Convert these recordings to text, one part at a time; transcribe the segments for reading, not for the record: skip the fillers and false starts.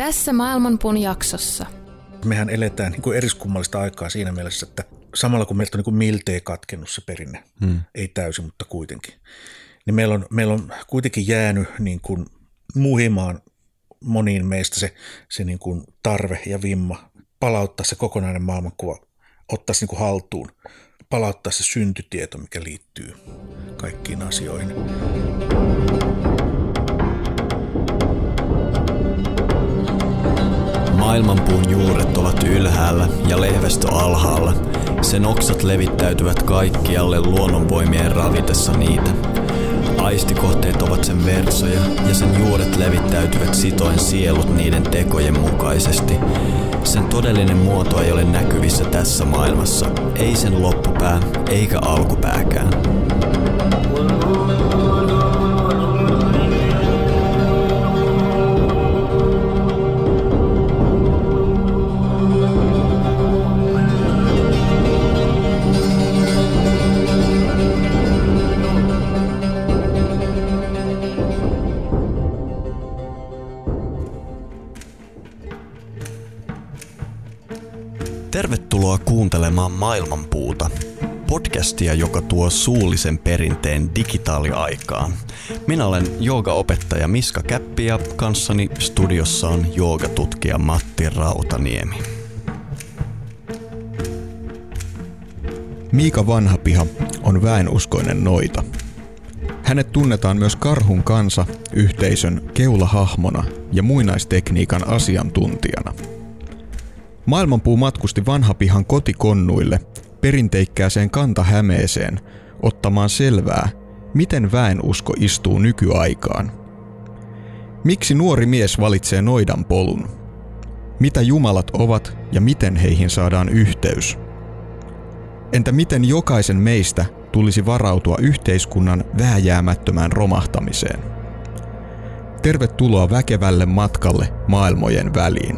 Tässä Maailmanpuun jaksossa. Mehän eletään niin kuin eriskummallista aikaa siinä mielessä, että samalla kun meiltä on niin kuin miltei katkennut se perinne, ei täysin, mutta kuitenkin, niin meillä on kuitenkin jäänyt niin kuin muhimaan moniin meistä se niin kuin tarve ja vimma palauttaa se kokonainen maailmankuva, ottaa se niin kuin haltuun, palauttaa se syntytieto, mikä liittyy kaikkiin asioihin. Maailmanpuun juuret ovat ylhäällä ja lehvästö alhaalla. Sen oksat levittäytyvät kaikkialle luonnonvoimien ravitessa niitä. Aistikohteet ovat sen versoja ja sen juuret levittäytyvät sitoen sielut niiden tekojen mukaisesti. Sen todellinen muoto ei ole näkyvissä tässä maailmassa, ei sen loppupää eikä alkupääkään. Tervetuloa kuuntelemaan Maailmanpuuta, podcastia, joka tuo suullisen perinteen digitaaliaikaan. Minä olen joogaopettaja Miska Käppi ja kanssani studiossa on joogatutkija Matti Rautaniemi. Miika Vanhapiha on väenuskoinen noita. Hänet tunnetaan myös Karhun kansa yhteisön keulahahmona ja muinaistekniikan asiantuntijana. Maailmanpuu matkusti Vanhapihan kotikonnuille perinteikkääseen Kanta-Hämeeseen ottamaan selvää, miten väenusko istuu nykyaikaan. Miksi nuori mies valitsee noidan polun? Mitä jumalat ovat ja miten heihin saadaan yhteys? Entä miten jokaisen meistä tulisi varautua yhteiskunnan vääjäämättömään romahtamiseen? Tervetuloa väkevälle matkalle maailmojen väliin.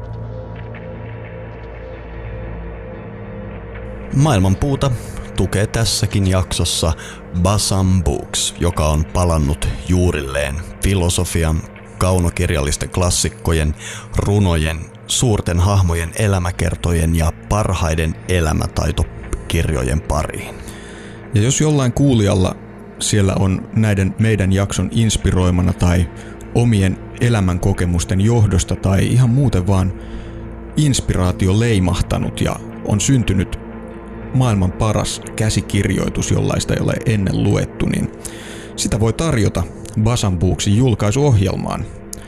Maailmanpuuta tukee tässäkin jaksossa Basam Books, joka on palannut juurilleen filosofian, kaunokirjallisten klassikkojen, runojen, suurten hahmojen elämäkertojen ja parhaiden elämätaitokirjojen pariin. Ja jos jollain kuulijalla siellä on näiden meidän jakson inspiroimana tai omien elämänkokemusten johdosta tai ihan muuten vaan inspiraatio leimahtanut ja on syntynyt maailman paras käsikirjoitus, jollaista ei ole ennen luettu, niin sitä voi tarjota Basam Booksin julkaisuohjelmaan.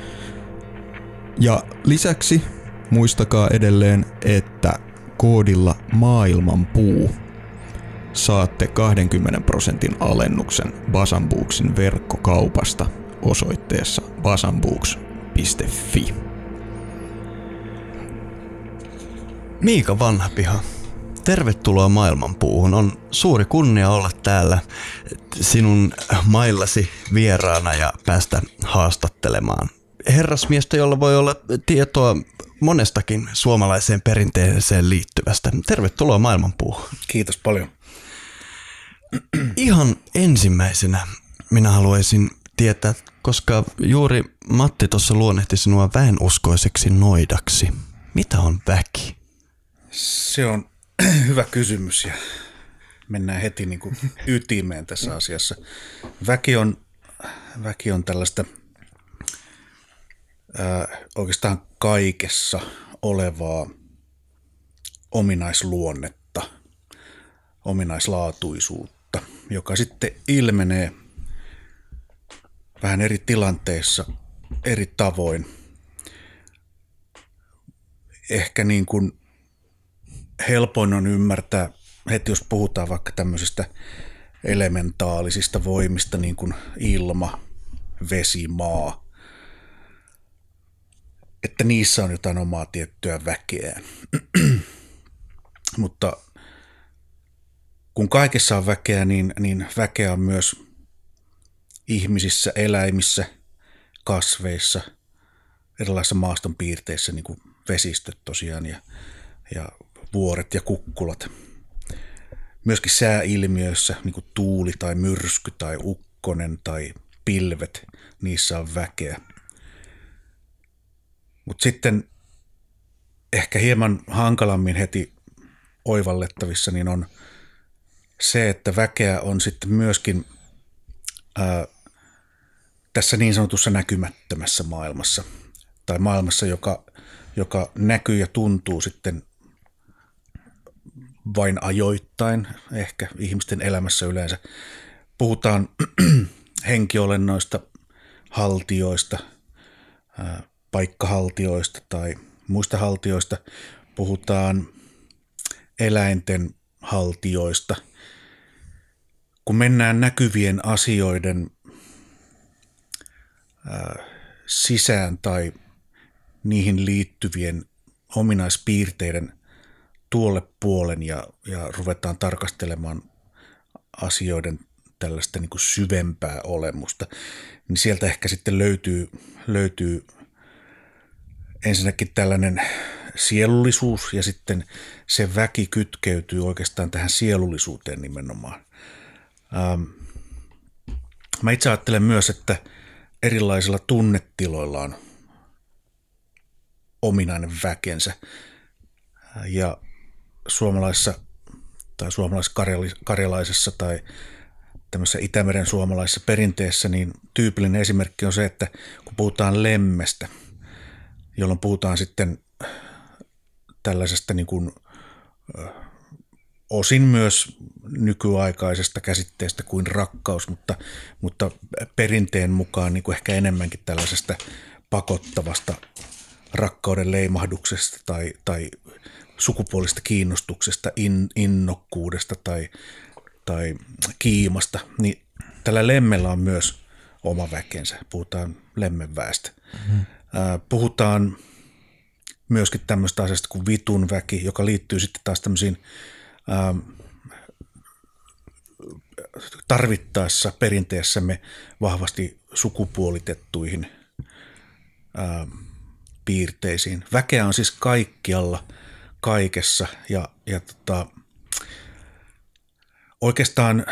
Ja lisäksi muistakaa edelleen, että koodilla Maailmanpuu saatte 20% alennuksen Basam Booksin verkkokaupasta osoitteessa basambooks.fi. Miika Vanhapiha, tervetuloa Maailmanpuuhun. On suuri kunnia olla täällä sinun maillasi vieraana ja päästä haastattelemaan herrasmiestä, jolla voi olla tietoa monestakin suomalaiseen perinteeseen liittyvästä. Tervetuloa Maailmanpuuhun. Kiitos paljon. Ihan ensimmäisenä minä haluaisin tietää, koska juuri Matti tuossa luonnehti sinua väenuskoiseksi noidaksi. Mitä on väki? Se on hyvä kysymys ja mennään heti niin kuin ytimeen tässä asiassa. Väki on tällaista oikeastaan kaikessa olevaa ominaisluonnetta, ominaislaatuisuutta, joka sitten ilmenee vähän eri tilanteissa eri tavoin. Ehkä niin kuin helpoin on ymmärtää heti, jos puhutaan vaikka tämmöisistä elementaalisista voimista, niin kuin ilma, vesi, maa, että niissä on jotain omaa tiettyä väkeä. Mutta kun kaikessa on väkeä, niin väkeä on myös ihmisissä, eläimissä, kasveissa, erilaisissa maastonpiirteissä, niin kuin vesistöt tosiaan ja vuoret ja kukkulat. Myöskin sääilmiöissä, niin kuin tuuli tai myrsky tai ukkonen tai pilvet, niissä on väkeä. Mutta sitten ehkä hieman hankalammin heti oivallettavissa niin on se, että väkeä on sitten myöskin tässä niin sanotussa näkymättömässä maailmassa tai maailmassa, joka näkyy ja tuntuu sitten vain ajoittain, ehkä ihmisten elämässä yleensä. Puhutaan henkiolennoista, haltioista, paikkahaltioista tai muista haltioista. Puhutaan eläinten haltioista. Kun mennään näkyvien asioiden sisään tai niihin liittyvien ominaispiirteiden tuolle puolen ja ruvetaan tarkastelemaan asioiden tällaista niin kuin syvempää olemusta, niin sieltä ehkä sitten löytyy ensinnäkin tällainen sielullisuus ja sitten se väki kytkeytyy oikeastaan tähän sielullisuuteen nimenomaan. Mä itse ajattelen myös, että erilaisilla tunnetiloilla on ominainen väkensä ja suomalaisessa tai suomalais-karjalaisessa tai tämmöisessä Itämeren suomalaisessa perinteessä, niin tyypillinen esimerkki on se, että kun puhutaan lemmestä, jolloin puhutaan sitten tällaisesta niin kuin, osin myös nykyaikaisesta käsitteestä kuin rakkaus, mutta perinteen mukaan niin kuin ehkä enemmänkin tällaisesta pakottavasta rakkauden leimahduksesta tai sukupuolista kiinnostuksesta, innokkuudesta tai kiimasta, niin tällä lemmellä on myös oma väkensä. Puhutaan lemmenväestä. Mm-hmm. Puhutaan myöskin tämmöistä asiasta kuin vitun väki, joka liittyy sitten taas tämmöisiin tarvittaessa perinteessämme vahvasti sukupuolitettuihin piirteisiin. Väkeä on siis kaikkialla, kaikessa ja oikeastaan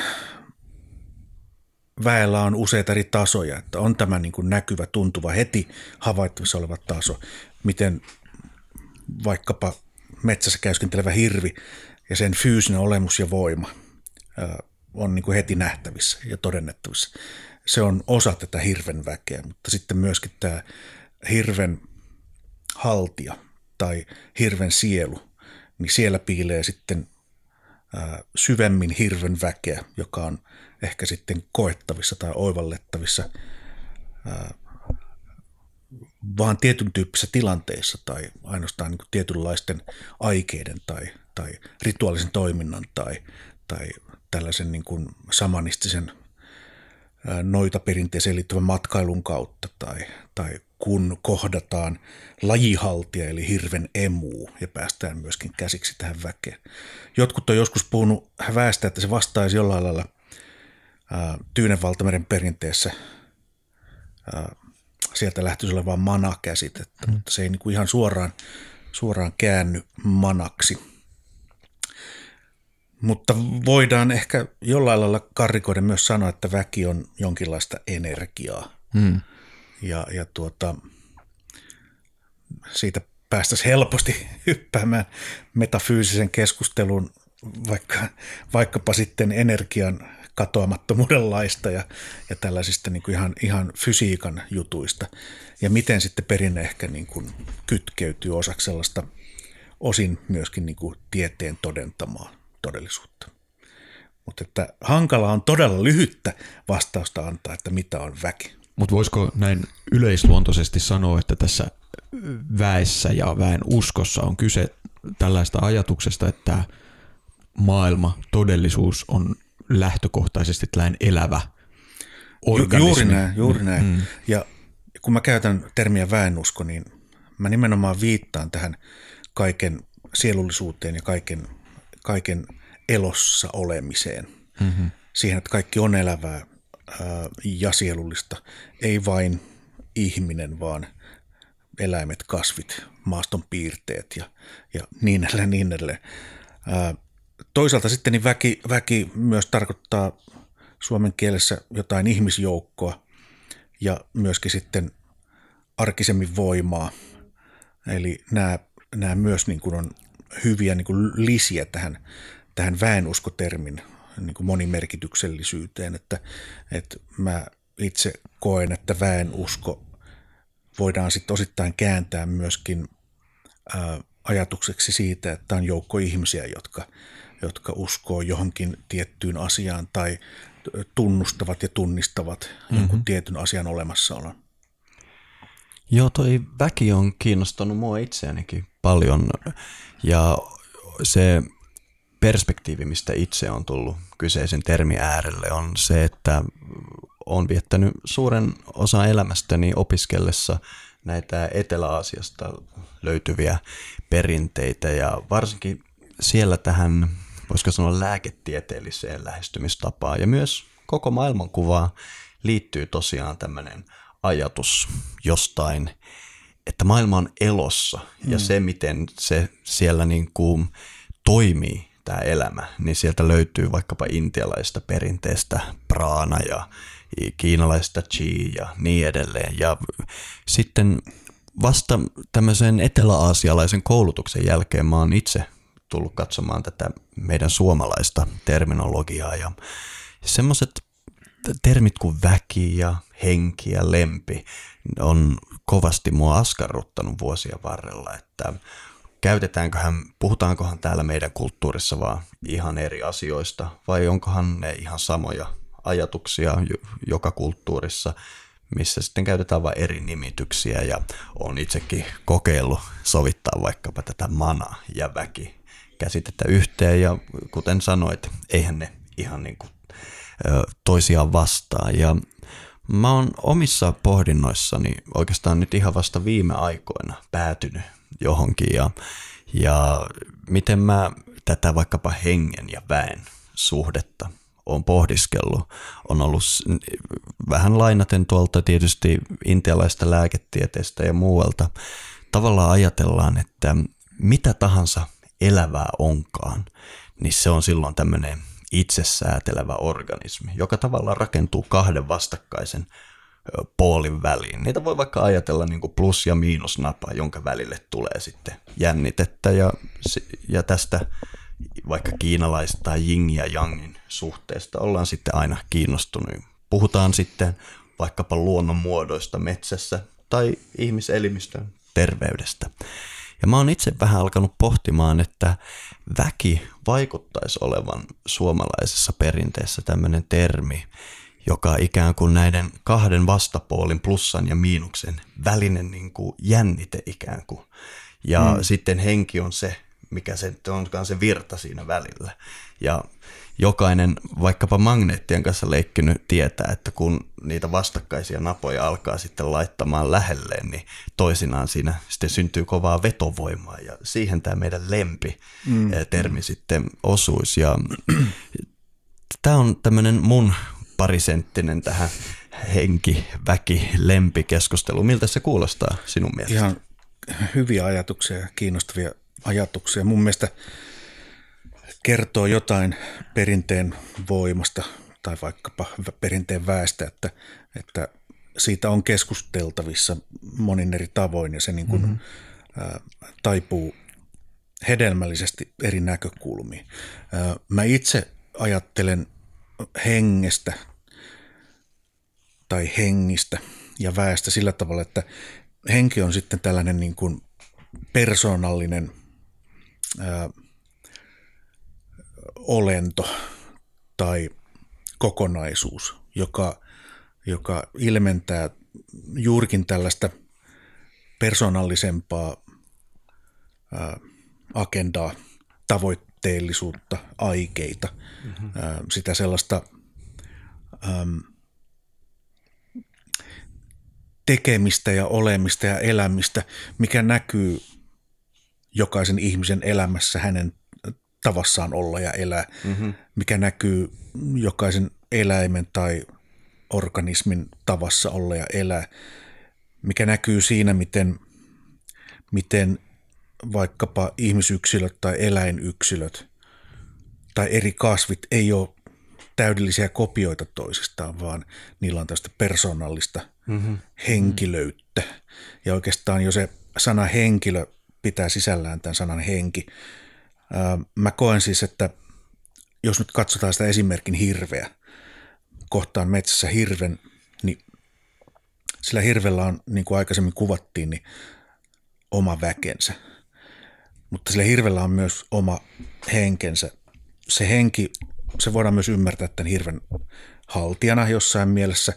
väellä on useita eri tasoja, että on tämä niin kuin näkyvä, tuntuva, heti havaittavissa oleva taso, miten vaikkapa metsässä käyskentelevä hirvi ja sen fyysinen olemus ja voima on niin kuin heti nähtävissä ja todennettavissa. Se on osa tätä hirven väkeä, mutta sitten myöskin tämä hirven haltija tai hirven sielu, niin siellä piilee sitten syvemmin hirven väkeä, joka on ehkä sitten koettavissa tai oivallettavissa vaan tietyn tyyppisissä tilanteissa tai ainoastaan niin kuin tietynlaisten aikeiden tai rituaalisen toiminnan tai tällaisen niin kuin samanistisen noitaperinteeseen liittyvän matkailun kautta tai kun kohdataan lajihaltija eli hirven emuu ja päästään myöskin käsiksi tähän väkeen. Jotkut on joskus puhunut väestä, että se vastaisi jollain lailla Tyynen valtameren perinteessä sieltä lähtöisi olevaa mana-käsitettä, mutta se ei niin kuin ihan suoraan käänny manaksi. Mutta voidaan ehkä jollain lailla karrikoiden myös sanoa, että väki on jonkinlaista energiaa. Ja siitä päästäisiin helposti hyppäämään metafyysisen keskustelun vaikkapa sitten energian katoamattomuuden laista ja tällaisista niin kuin ihan fysiikan jutuista. Ja miten sitten perinne ehkä niin kuin kytkeytyy osaksi sellaista osin myöskin niin kuin tieteen todentamaa todellisuutta. Mutta että hankala on todella lyhyttä vastausta antaa, että mitä on väki. Mutta voisiko näin yleisluontoisesti sanoa, että tässä väessä ja väen uskossa on kyse tällaista ajatuksesta, että maailma, todellisuus on lähtökohtaisesti tällainen elävä organismi. Juuri näin. Ja kun mä käytän termiä väenusko, niin mä nimenomaan viittaan tähän kaiken sielullisuuteen ja kaiken elossa olemiseen. Mm-hmm. Siihen, että kaikki on elävää ja sielullista. Ei vain ihminen, vaan eläimet, kasvit, maaston piirteet ja niin edelleen. Toisaalta sitten niin väki myös tarkoittaa suomen kielessä jotain ihmisjoukkoa ja myöskin sitten arkisemmin voimaa, Eli nämä myös niin kuin on hyviä niin kuin lisiä tähän väenuskotermin niin kuin monimerkityksellisyyteen, että mä itse koen, että väenusko voidaan sitten osittain kääntää myöskin ajatukseksi siitä, että on joukko ihmisiä, jotka uskoo johonkin tiettyyn asiaan tai tunnustavat ja tunnistavat jonkun tietyn asian olemassaolon. Joo, toi väki on kiinnostanut mua itseänikin paljon ja se perspektiivi, mistä itse on tullut kyseisen termin äärelle, on se, että olen viettänyt suuren osan elämästäni opiskellessa näitä Etelä-Aasiasta löytyviä perinteitä ja varsinkin siellä tähän, voisiko sanoa, lääketieteelliseen lähestymistapaan ja myös koko maailmankuvaan liittyy tosiaan tämmöinen ajatus jostain, että maailma on elossa ja se, miten se siellä niin kuin toimii, tämä elämä, niin sieltä löytyy vaikkapa intialaista perinteestä prana ja kiinalaista chi ja niin edelleen. Ja sitten vasta tämmöisen etelä-aasialaisen koulutuksen jälkeen mä oon itse tullut katsomaan tätä meidän suomalaista terminologiaa ja semmoiset termit kuin väki ja henki ja lempi on kovasti mua askarruttanut vuosien varrella, että puhutaankohan täällä meidän kulttuurissa vaan ihan eri asioista vai onkohan ne ihan samoja ajatuksia joka kulttuurissa, missä sitten käytetään vain eri nimityksiä ja olen itsekin kokeillut sovittaa vaikkapa tätä mana ja väki käsitettä yhteen ja kuten sanoit, eihän ne ihan niin kuin toisiaan vastaan ja mä oon omissa pohdinnoissani oikeastaan nyt ihan vasta viime aikoina päätynyt johonkin ja miten mä tätä vaikkapa hengen ja väen suhdetta on pohdiskellut, on ollut vähän lainaten tuolta tietysti intialaista lääketieteestä ja muualta. Tavallaan ajatellaan, että mitä tahansa elävää onkaan, niin se on silloin tämmöinen itsesäätelevä organismi, joka tavallaan rakentuu kahden vastakkaisen poolin väliin. Niitä voi vaikka ajatella niin kuin plus- ja miinusnapa, jonka välille tulee sitten jännitettä ja tästä vaikka kiinalaista tai yin ja yangin suhteesta ollaan sitten aina kiinnostunut. Puhutaan sitten vaikkapa luonnon muodoista metsässä tai ihmiselimistön terveydestä. Ja mä oon itse vähän alkanut pohtimaan, että väki vaikuttaisi olevan suomalaisessa perinteessä tämmöinen termi, joka ikään kuin näiden kahden vastapuolin plussan ja miinuksen välinen niin kuin jännite ikään kuin. Ja sitten henki on se, mikä se onkaan se virta siinä välillä. Ja jokainen vaikkapa magneettien kanssa leikkinyt tietää, että kun niitä vastakkaisia napoja alkaa sitten laittamaan lähelleen, niin toisinaan siinä sitten syntyy kovaa vetovoimaa ja siihen tämä meidän lempi-termi sitten osuisi. Ja tämä on tämmöinen mun parisenttinen tähän henki, väki, lempi keskustelu. Miltä se kuulostaa sinun mielestä? Ihan hyviä ajatuksia ja kiinnostavia ajatuksia. Mun mielestä kertoo jotain perinteen voimasta tai vaikkapa perinteen väestä, että siitä on keskusteltavissa monin eri tavoin ja se niin kuin, taipuu hedelmällisesti eri näkökulmiin. Mä itse ajattelen hengestä tai hengistä ja väestä sillä tavalla, että henki on sitten tällainen niin kuin persoonallinen olento tai kokonaisuus, joka ilmentää juurikin tällaista persoonallisempaa agendaa, tavoitteellisuutta, aikeita, sitä sellaista tekemistä ja olemista ja elämistä, mikä näkyy jokaisen ihmisen elämässä hänen tavassaan olla ja elää, mikä näkyy jokaisen eläimen tai organismin tavassa olla ja elää, mikä näkyy siinä, miten vaikkapa ihmisyksilöt tai eläinyksilöt tai eri kasvit ei ole täydellisiä kopioita toisistaan, vaan niillä on tästä persoonallista henkilöyttä. Ja oikeastaan jo se sana henkilö pitää sisällään tämän sanan henki. Mä koen siis, että jos nyt katsotaan sitä esimerkin hirveä, kohtaan metsässä hirven, niin sillä hirvellä on, niin kuin aikaisemmin kuvattiin, niin oma väkensä. Mutta sillä hirvellä on myös oma henkensä. Se henki, se voidaan myös ymmärtää tämän hirven haltijana jossain mielessä.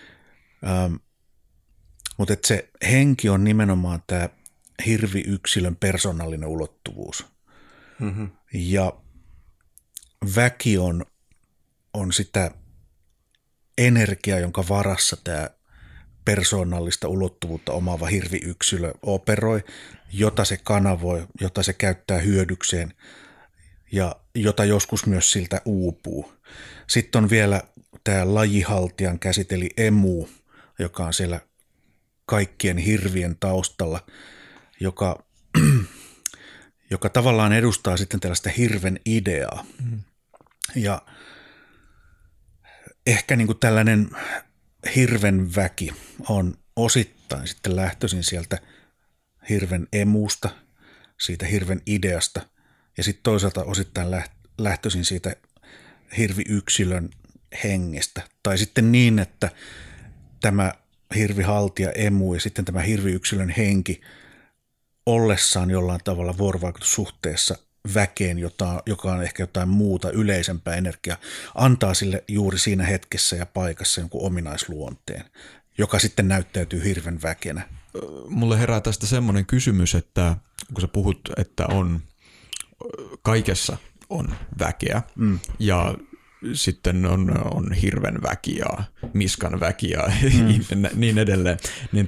Mutta että se henki on nimenomaan tämä hirviyksilön persoonallinen ulottuvuus. Ja väki on sitä energiaa, jonka varassa tämä persoonallista ulottuvuutta omaava hirviyksilö operoi, jota se kanavoi, jota se käyttää hyödykseen ja jota joskus myös siltä uupuu. Sitten on vielä tämä lajihaltijan käsiteli emu, joka on siellä kaikkien hirvien taustalla, joka tavallaan edustaa sitten tällaista hirven ideaa. Ja ehkä niin kuin tällainen hirven väki on osittain sitten lähtöisin sieltä hirven emusta, siitä hirven ideasta ja sitten toisaalta osittain lähtöisin siitä hirviyksilön hengestä. Tai sitten niin, että tämä hirvihaltija emu ja sitten tämä hirviyksilön henki ollessaan jollain tavalla vuorovaikutussuhteessa väkeen, joka on ehkä jotain muuta yleisempää energiaa, antaa sille juuri siinä hetkessä ja paikassa jonkun ominaisluonteen, joka sitten näyttäytyy hirven väkenä. Mulle herää tästä semmoinen kysymys, että kun sä puhut, että kaikessa on väkeä ja sitten on hirven väki ja miskan väki ja niin edelleen, niin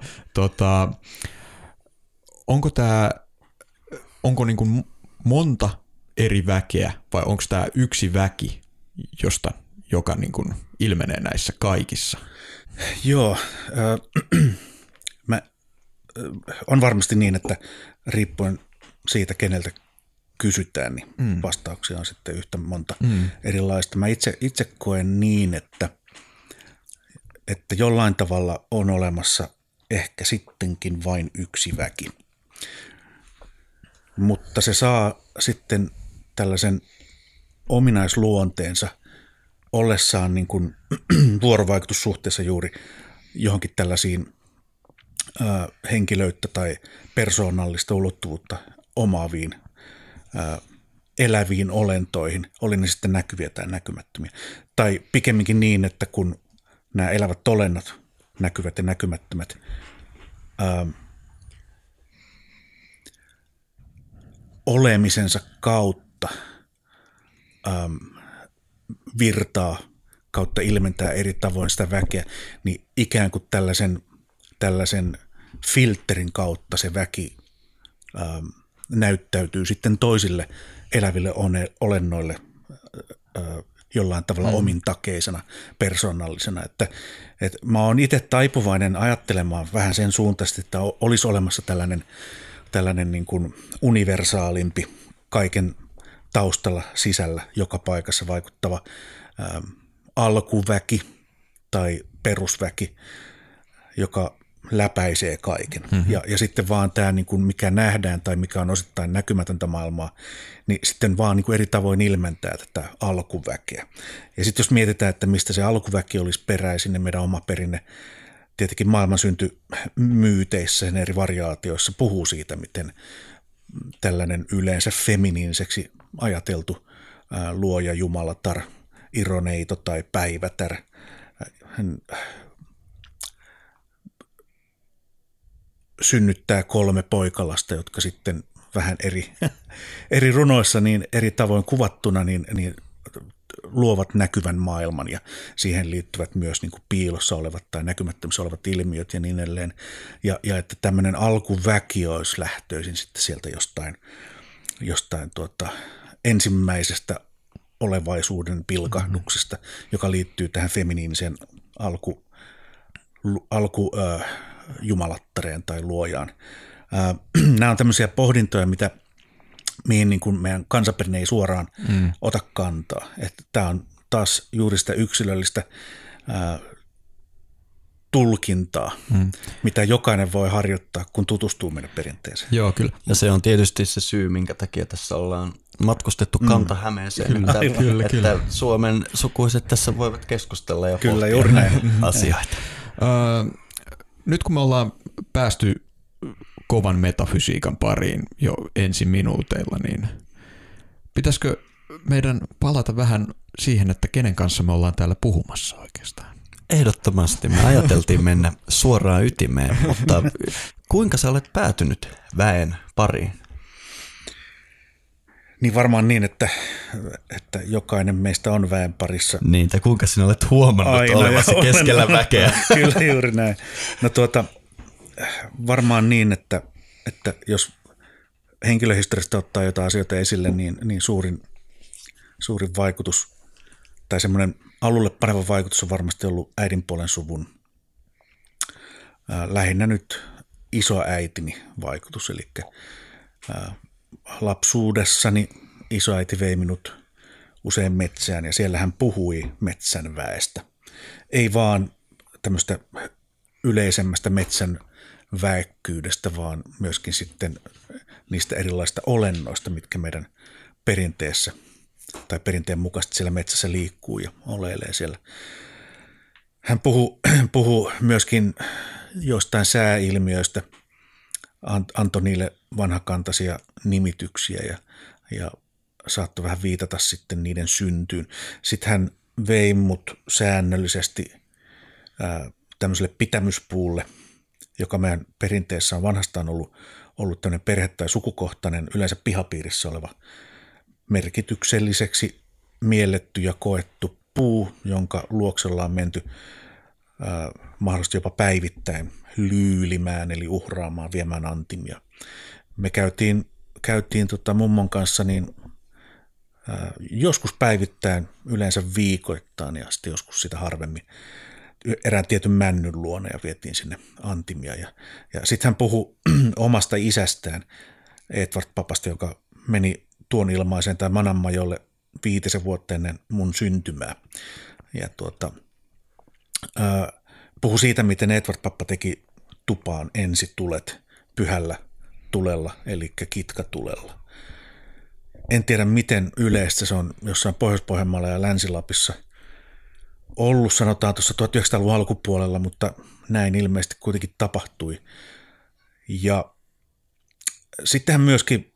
onko niin kuin monta eri väkeä vai onko tämä yksi väki, joka niin kuin ilmenee näissä kaikissa? Joo, on varmasti niin, että riippuen siitä, keneltä kysytään, niin vastauksia on sitten yhtä monta erilaista. Mä itse koen niin, että jollain tavalla on olemassa ehkä sittenkin vain yksi väki. Mutta se saa sitten tällaisen ominaisluonteensa ollessaan niin kuin vuorovaikutussuhteessa juuri johonkin tällaisiin henkilöyttä tai persoonallista ulottuvuutta omaaviin eläviin olentoihin, oli ne sitten näkyviä tai näkymättömiä. Tai pikemminkin niin, että kun nämä elävät olennot, näkyvät ja näkymättömät, olemisensa kautta virtaa kautta ilmentää eri tavoin sitä väkeä, niin ikään kuin tällaisen filterin kautta se väki näyttäytyy sitten toisille eläville olennoille jollain tavalla omintakeisena, persoonallisena. Että mä oon itse taipuvainen ajattelemaan vähän sen suuntaisesti, että olisi olemassa tällainen niin kuin universaalimpi, kaiken taustalla sisällä joka paikassa vaikuttava alkuväki tai perusväki, joka läpäisee kaiken. Ja sitten vaan tämä, niin kuin mikä nähdään tai mikä on osittain näkymätöntä maailmaa, niin sitten vaan niin kuin eri tavoin ilmentää tätä alkuväkeä. Ja sitten jos mietitään, että mistä se alkuväki olisi peräisin, niin meidän oma perinne tietenkin maailmansynty myyteissä ja eri variaatioissa puhuu siitä, miten tällainen yleensä feminiiniseksi ajateltu luoja jumalatar, ironeito tai päivätär, hän synnyttää 3 poikalasta, jotka sitten vähän eri runoissa niin eri tavoin kuvattuna niin luovat näkyvän maailman ja siihen liittyvät myös niin kuin piilossa olevat tai näkymättömissä olevat ilmiöt ja niin edelleen. Ja että tämmöinen alkuväki olisi lähtöisin sitten sieltä jostain ensimmäisestä olevaisuuden pilkahduksesta, joka liittyy tähän feminiiniseen jumalattareen tai luojaan. Nämä on tämmöisiä pohdintoja, mihin niin kuin meidän kansanperinne ei suoraan ota kantaa. Että tämä on taas juuri sitä yksilöllistä tulkintaa, mitä jokainen voi harjoittaa, kun tutustuu meidän perinteeseen. Joo, kyllä. Ja se on tietysti se syy, minkä takia tässä ollaan matkustettu Kanta-Hämeeseen, että Suomen sukuiset tässä voivat keskustella ja kyllä, pohtia asioita. Nyt kun me ollaan päästy kovan metafysiikan pariin jo ensi minuuteilla, niin pitäisikö meidän palata vähän siihen, että kenen kanssa me ollaan täällä puhumassa oikeastaan? Ehdottomasti. Me ajateltiin mennä suoraan ytimeen, mutta kuinka sä olet päätynyt väen pariin? Niin varmaan niin, että jokainen meistä on väen parissa. Niin, tai kuinka sinä olet huomannut olevasi keskellä väkeä? Kyllä juuri näin. No varmaan niin, että jos henkilöhistoriasta ottaa jotain asioita esille, niin suurin vaikutus tai semmoinen alulle paneva vaikutus on varmasti ollut äidinpuolen suvun lähinnä nyt isoäitini vaikutus. Eli lapsuudessani isoäiti vei minut usein metsään ja siellä hän puhui metsän väestä. Ei vaan tämmöistä yleisemmästä metsän väekkyydestä, vaan myöskin sitten niistä erilaisista olennoista, mitkä meidän perinteessä tai perinteen mukaisesti siellä metsässä liikkuu ja oleilee siellä. Hän puhui myöskin jostain sääilmiöistä, antoi niille vanhakantaisia nimityksiä ja saattoi vähän viitata sitten niiden syntyyn. Sitten hän vei mut säännöllisesti tämmöiselle pitämyspuulle, joka meidän perinteessä on vanhastaan ollut tämmöinen perhe- tai sukukohtainen, yleensä pihapiirissä oleva merkitykselliseksi mielletty ja koettu puu, jonka luoksella on menty mahdollisesti jopa päivittäin lyylimään eli uhraamaan, viemään antimia. Me käytiin mummon kanssa niin joskus päivittäin, yleensä viikoittain ja sitten joskus sitä harvemmin erään tietyn männyn luona ja vietiin sinne antimia. Ja sitten hän puhui omasta isästään, Edward Papasta, joka meni tuon ilmaiseen tai Mananmajolle 5 vuotta ennen mun syntymää. Ja puhui siitä, miten Edward Pappa teki tupaan ensitulet pyhällä tulella, eli kitkatulella. En tiedä, miten yleistä se on jossain Pohjois-Pohjanmaalla ja Länsi-Lapissa ollut, sanotaan tuossa 1900-luvun alkupuolella, mutta näin ilmeisesti kuitenkin tapahtui. Ja sitten hän myöskin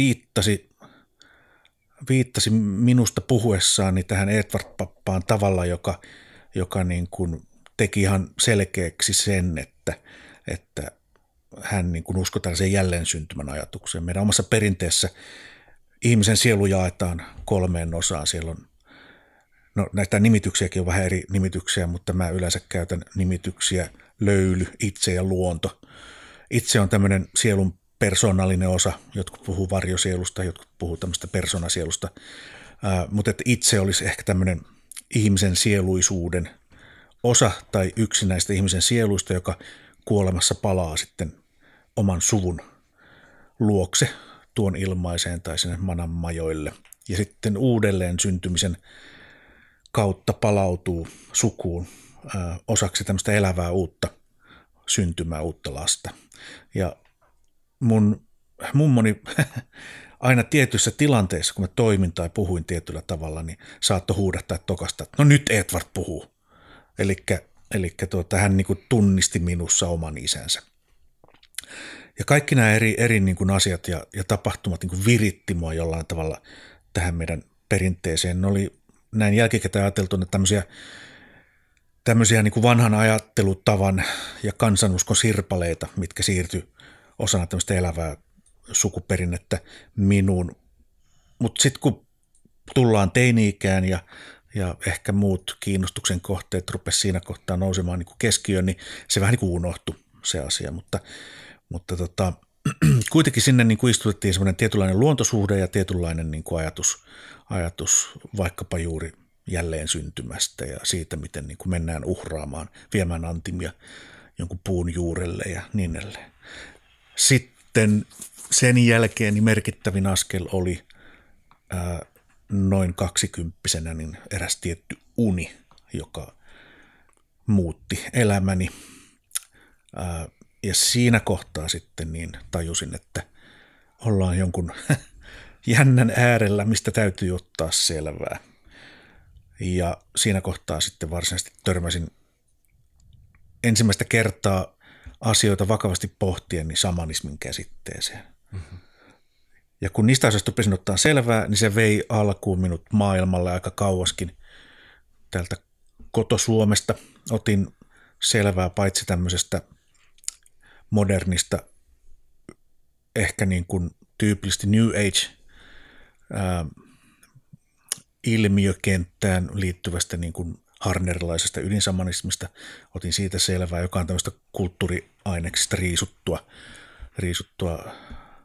viittasi minusta puhuessaani tähän Edward Pappaan tavalla, joka niin kuin teki ihan selkeäksi sen, että hän niin kuin uskoi tällaiseen jälleen syntymän ajatukseen. Meidän omassa perinteessä ihmisen sielu jaetaan 3 osaan. Siellä on, no näitä nimityksiäkin on vähän eri nimityksiä, mutta mä yleensä käytän nimityksiä löyly, itse ja luonto. Itse on tämmöinen sielun persoonallinen osa, jotkut puhuu varjosielusta, jotkut puhuu tämmöistä persoonasielusta, mutta että itse olisi ehkä tämmöinen ihmisen sieluisuuden osa tai yksi näistä ihmisen sieluista, joka kuolemassa palaa sitten oman suvun luokse tuon ilmaiseen tai sinne Mananmajoille ja sitten uudelleen syntymisen kautta palautuu sukuun osaksi tämmöistä elävää uutta syntymää, uutta lasta. Ja mun mummoni aina tietyissä tilanteissa, kun mä toimin tai puhuin tietyllä tavalla, niin saattoi huudahtaa tokasta, että no nyt Edward puhuu. Eli hän niin kuin tunnisti minussa oman isänsä. Ja kaikki nämä eri niin kuin asiat ja tapahtumat niin kuin viritti mua jollain tavalla tähän meidän perinteeseen. Ne oli näin jälkikäteen ajateltuna tämmöisiä niin kuin vanhan ajattelutavan ja kansanuskon sirpaleita, mitkä siirtyi osana tämmöistä elävää sukuperinnettä minuun. Mutta sitten kun tullaan teini-ikään ja ehkä muut kiinnostuksen kohteet rupesi siinä kohtaa nousemaan niin kuin keskiöön, niin se vähän niin kuin unohtui se asia. Mutta kuitenkin sinne niin kuin istutettiin semmoinen tietynlainen luontosuhde ja tietynlainen niin kuin ajatus vaikkapa juuri jälleen syntymästä ja siitä, miten niin kuin mennään uhraamaan, viemään antimia jonkun puun juurelle ja niin edelleen. Sitten sen jälkeen niin merkittävin askel oli noin 20-vuotiaana niin eräs tietty uni, joka muutti elämäni. Ja siinä kohtaa sitten niin tajusin, että ollaan jonkun jännän äärellä, mistä täytyy ottaa selvää. Ja siinä kohtaa sitten varsinaisesti törmäsin ensimmäistä kertaa asioita vakavasti pohtien niin shamanismin käsitteeseen. Mm-hmm. Ja kun niistä asioista rupesin ottaa selvää, niin se vei alkuun minut maailmalle aika kauaskin. Täältä koto-Suomesta otin selvää paitsi tämmöisestä modernista, ehkä niin kuin tyypillisesti New Age ilmiökenttään liittyvästä niin kuin harnerilaisesta ydinshamanismista. Otin siitä selvää, joka on tämmöistä kulttuuriaineksista riisuttua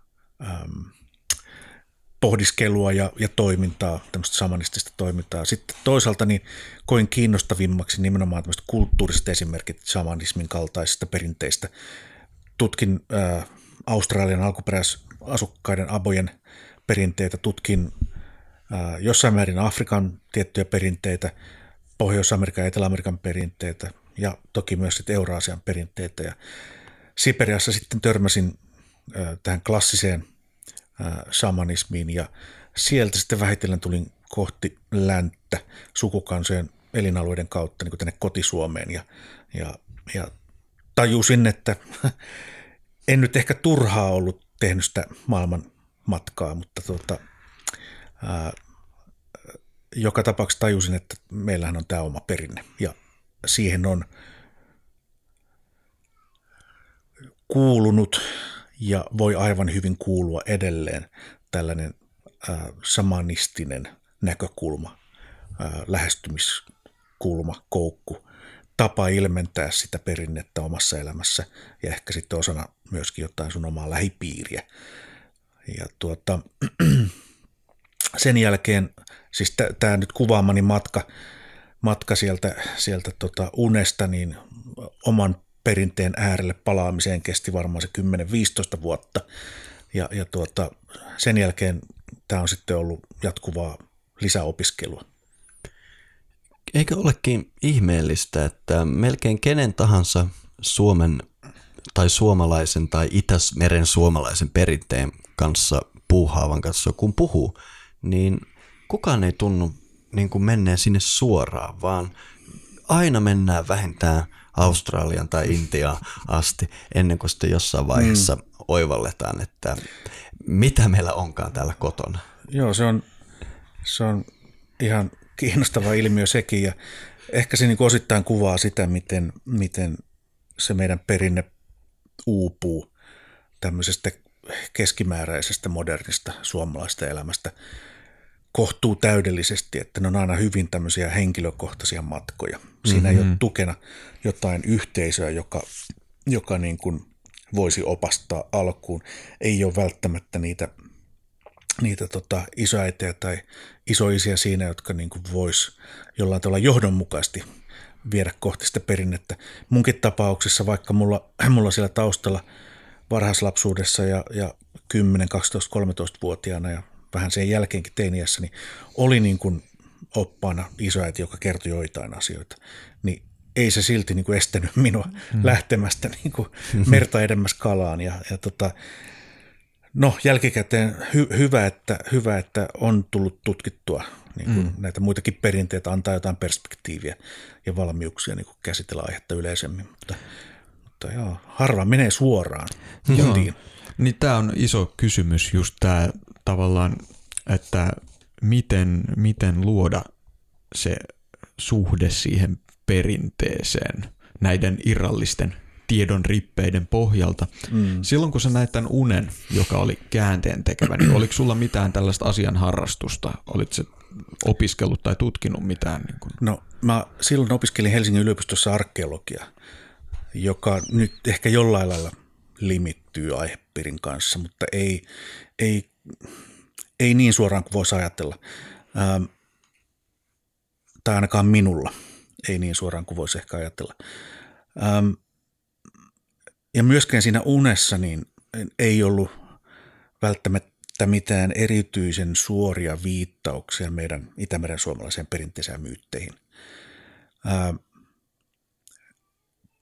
pohdiskelua ja toimintaa, tämmöistä shamanistista toimintaa. Sitten toisaalta niin koin kiinnostavimmaksi nimenomaan tämmöiset kulttuuriset esimerkit shamanismin kaltaisista perinteistä. Tutkin Australian alkuperäisasukkaiden abojen perinteitä, tutkin jossain määrin Afrikan tiettyjä perinteitä, Pohjois-Amerikan ja Etelä-Amerikan perinteitä ja toki myös sitten Euraasian perinteitä. Ja Siperiassa sitten törmäsin tähän klassiseen shamanismiin ja sieltä sitten vähitellen tulin kohti länttä sukukansojen elinalueiden kautta niin kuin tänne kotisuomeen ja tajusin, että en nyt ehkä turhaa ollut tehnyt sitä maailman matkaa, mutta joka tapauksessa tajusin, että meillähän on tämä oma perinne ja siihen on kuulunut ja voi aivan hyvin kuulua edelleen tällainen shamanistinen näkökulma, lähestymiskulma, koukku, tapa ilmentää sitä perinnettä omassa elämässä ja ehkä sitten osana myöskin jotain sun omaa lähipiiriä. Ja sen jälkeen, siis tämä nyt kuvaamani matka sieltä unesta, niin oman perinteen äärelle palaamiseen kesti varmaan se 10-15 vuotta ja sen jälkeen tämä on sitten ollut jatkuvaa lisäopiskelua. Eikö olekin ihmeellistä, että melkein kenen tahansa Suomen tai suomalaisen tai Itämeren suomalaisen perinteen kanssa puuhaavan kanssa, kun puhuu, niin kukaan ei tunnu niin kuin menneen sinne suoraan, vaan aina mennään vähintään Australian tai Intiaan asti, ennen kuin sitten jossain vaiheessa oivalletaan, että mitä meillä onkaan täällä kotona. Joo, se on ihan kiinnostava ilmiö sekin, ja ehkä se niin kuin osittain kuvaa sitä, miten se meidän perinne uupuu tämmöisestä keskimääräisestä modernista suomalaista elämästä kohtuu täydellisesti, että ne on aina hyvin tämmöisiä henkilökohtaisia matkoja. Siinä ei ole tukena jotain yhteisöä, joka niin kuin voisi opastaa alkuun. Ei ole välttämättä niitä isoäitejä tai isoisiä siinä, jotka niin kuin vois jollain tavalla johdonmukaisesti viedä kohti sitä perinnettä. Munkin tapauksessa, vaikka mulla siellä taustalla varhaislapsuudessa ja 10, 12, 13-vuotiaana ja vähän sen jälkeenkin teiniässä, niin oli niin kuin oppaana isoäiti, joka kertoi joitain asioita, niin ei se silti niin kuin estänyt minua lähtemästä niin kuin merta edemmäs kalaan. No jälkikäteen hyvä, että on tullut tutkittua niin kuin näitä muitakin perinteitä, antaa jotain perspektiiviä ja valmiuksia niin kuin käsitellä aihetta yleisemmin, mutta joo, harva menee suoraan kotiin. Niin tämä on iso kysymys just tämä tavallaan, että miten luoda se suhde siihen perinteeseen näiden irrallisten tiedon rippeiden pohjalta. Silloin kun sä näit tämän unen, joka oli käänteen tekevä, niin oliko sulla mitään tällaista asian harrastusta? Olitko sä opiskellut tai tutkinut mitään? Niin kuin? No mä silloin opiskelin Helsingin yliopistossa arkeologiaa, joka nyt ehkä jollain lailla limittyy aihepiirin kanssa, mutta ei niin suoraan kuin voisi ajatella. Tai ainakaan minulla ei niin suoraan kuin voisi ehkä ajatella. Ja myöskään siinä unessa niin ei ollut välttämättä mitään erityisen suoria viittauksia meidän Itämeren suomalaiseen perinteiseen myytteihin.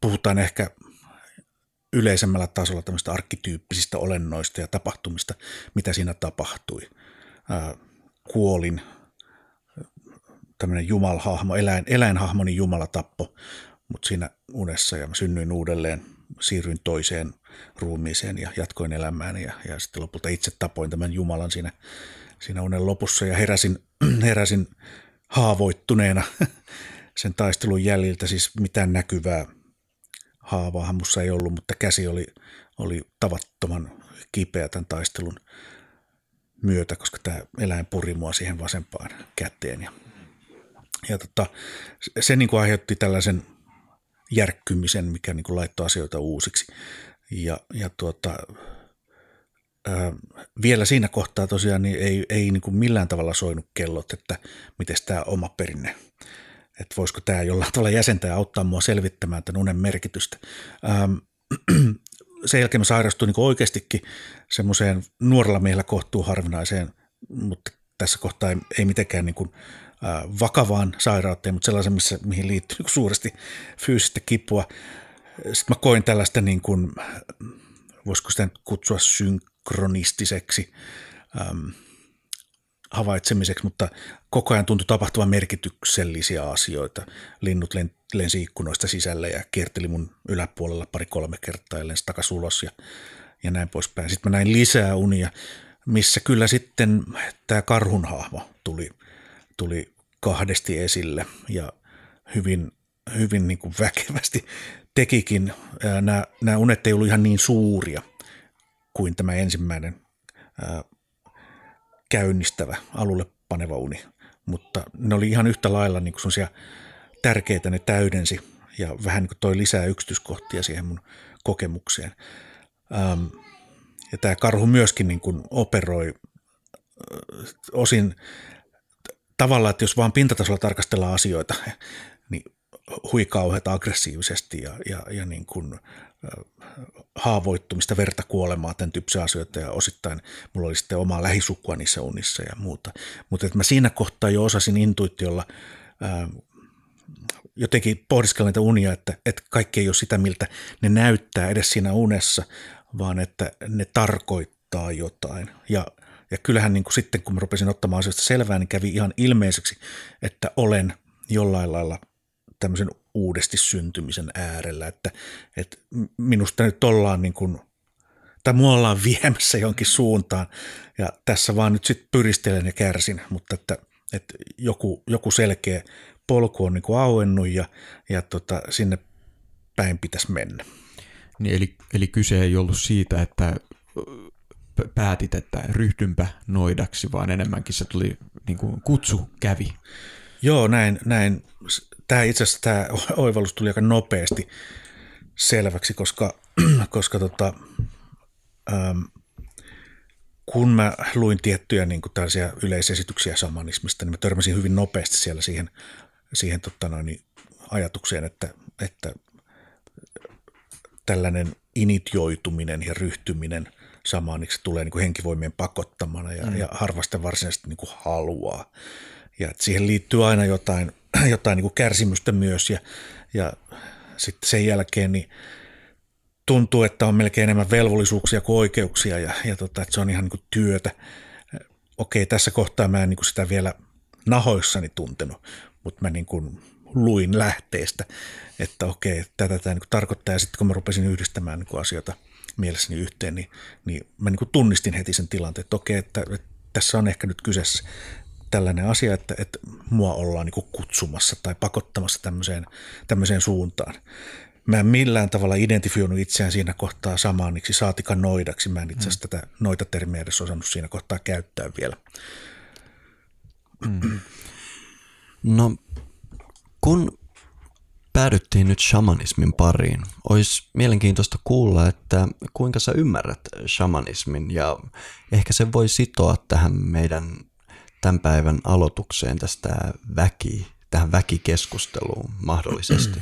puhutaan ehkä yleisemmällä tasolla tämmöistä arkkityyppisistä olennoista ja tapahtumista, mitä siinä tapahtui. Kuolin, tämmöinen jumalhahmo, eläinhahmoni Jumala tappo mut siinä unessa ja mä synnyin uudelleen, siirryin toiseen ruumiiseen ja jatkoin elämääni ja sitten lopulta itse tapoin tämän Jumalan siinä unen lopussa ja heräsin haavoittuneena sen taistelun jäljiltä, siis mitään näkyvää haavaa mussa ei ollut, mutta käsi oli tavattoman kipeä tämän taistelun myötä, koska tämä eläin puri mua siihen vasempaan käteen. Ja se niin kuin aiheutti tällaisen järkkymisen, mikä niin kuin laittoi asioita uusiksi. Vielä siinä kohtaa tosiaan niin ei niin kuin millään tavalla soinut kellot, että miten tämä oma perinne, että voisiko tämä jollain tavalla jäsentää ja auttaa mua selvittämään tämän unen merkitystä. Sen jälkeen mä sairastuin niin oikeastikin semmoiseen nuorella miehellä kohtuu harvinaiseen, mutta tässä kohtaa ei mitenkään niin kuin, vakavaan sairauteen, mutta sellaisen, mihin liittyy niin suuresti fyysistä kipua. Sitten mä koin tällaista, niin kuin, voisiko sitä kutsua synkronistiseksi havaitsemiseksi, mutta koko ajan tuntui tapahtuvan merkityksellisiä asioita. Linnut lensi ikkunoista sisälle ja kierteli mun yläpuolella 2-3 kertaa ja lensi takaisin ulos ja näin poispäin. Sitten mä näin lisää unia, missä kyllä sitten tämä karhun hahmo tuli kahdesti esille ja hyvin niin kuin väkevästi tekikin. Nämä unet ei ollut ihan niin suuria kuin tämä ensimmäinen käynnistävä, alulle paneva uni, mutta ne oli ihan yhtä lailla niin kuin sellaisia tärkeitä, ne täydensi ja vähän niin kuin toi lisää yksityiskohtia siihen mun kokemukseen. Ja tämä karhu myöskin niin kuin operoi osin tavallaan, että jos vaan pintatasolla tarkastellaan asioita, niin huikauheita aggressiivisesti ja niin kuin haavoittumista, verta, kuolemaa, tämän tyyppisiä asioita ja osittain mulla oli sitten omaa lähisukua niissä unissa ja muuta. Mutta mä siinä kohtaa jo osasin intuitiolla jotenkin pohdiskella näitä unia, että kaikki ei ole sitä, miltä ne näyttää edes siinä unessa, vaan että ne tarkoittaa jotain. Ja kyllähän niin kuin sitten, kun mä rupesin ottamaan asioista selvää, niin kävi ihan ilmeiseksi, että olen jollain lailla tämmöisen uudesti syntymisen äärellä, että minusta nyt ollaan niin kuin, tai mua ollaan viemässä jonkin suuntaan ja tässä vaan nyt sitten pyristelen ja kärsin, mutta että joku selkeä polku on niin kuin auennut ja sinne päin pitäisi mennä. Niin eli kyse ei ollut siitä, että päätit, että ryhdynpä noidaksi, vaan enemmänkin se tuli niin kuin kutsu kävi. Joo, näin. Itse asiassa tämä oivallus tuli aika nopeasti selväksi, koska kun mä luin tiettyjä niin kuin tällaisia yleisesityksiä shamanismista, niin mä törmäsin hyvin nopeasti siellä siihen ajatukseen, että tällainen initioituminen ja ryhtyminen shamaniksi tulee niin kuin henkivoimien pakottamana ja harvasta varsinaisesti niin kuin haluaa. Ja siihen liittyy aina jotain niin kuin kärsimystä myös ja sitten sen jälkeen niin tuntuu, että on melkein enemmän velvollisuuksia kuin oikeuksia ja että se on ihan niin kuin työtä. Okei, tässä kohtaa mä en niin kuin sitä vielä nahoissani tuntenut, mutta mä niin kuin luin lähteestä, että okei, tätä tämä niin kuin tarkoittaa ja sitten kun mä rupesin yhdistämään niin kuin asioita mielessäni yhteen, niin mä niin kuin tunnistin heti sen tilanteen, että okei, että tässä on ehkä nyt kyseessä tällainen asia, että mua ollaan niin kuin kutsumassa tai pakottamassa tämmöiseen suuntaan. Mä en millään tavalla identifioinut itseään siinä kohtaa shamaaniksi, saatika noidaksi. Mä en itse asiassa tätä noita-termiä edes osannut siinä kohtaa käyttää vielä. No, kun päädyttiin nyt shamanismin pariin, olisi mielenkiintoista kuulla, että kuinka sä ymmärrät shamanismin ja ehkä se voi sitoa tähän meidän tämän päivän aloitukseen tähän väkikeskusteluun mahdollisesti.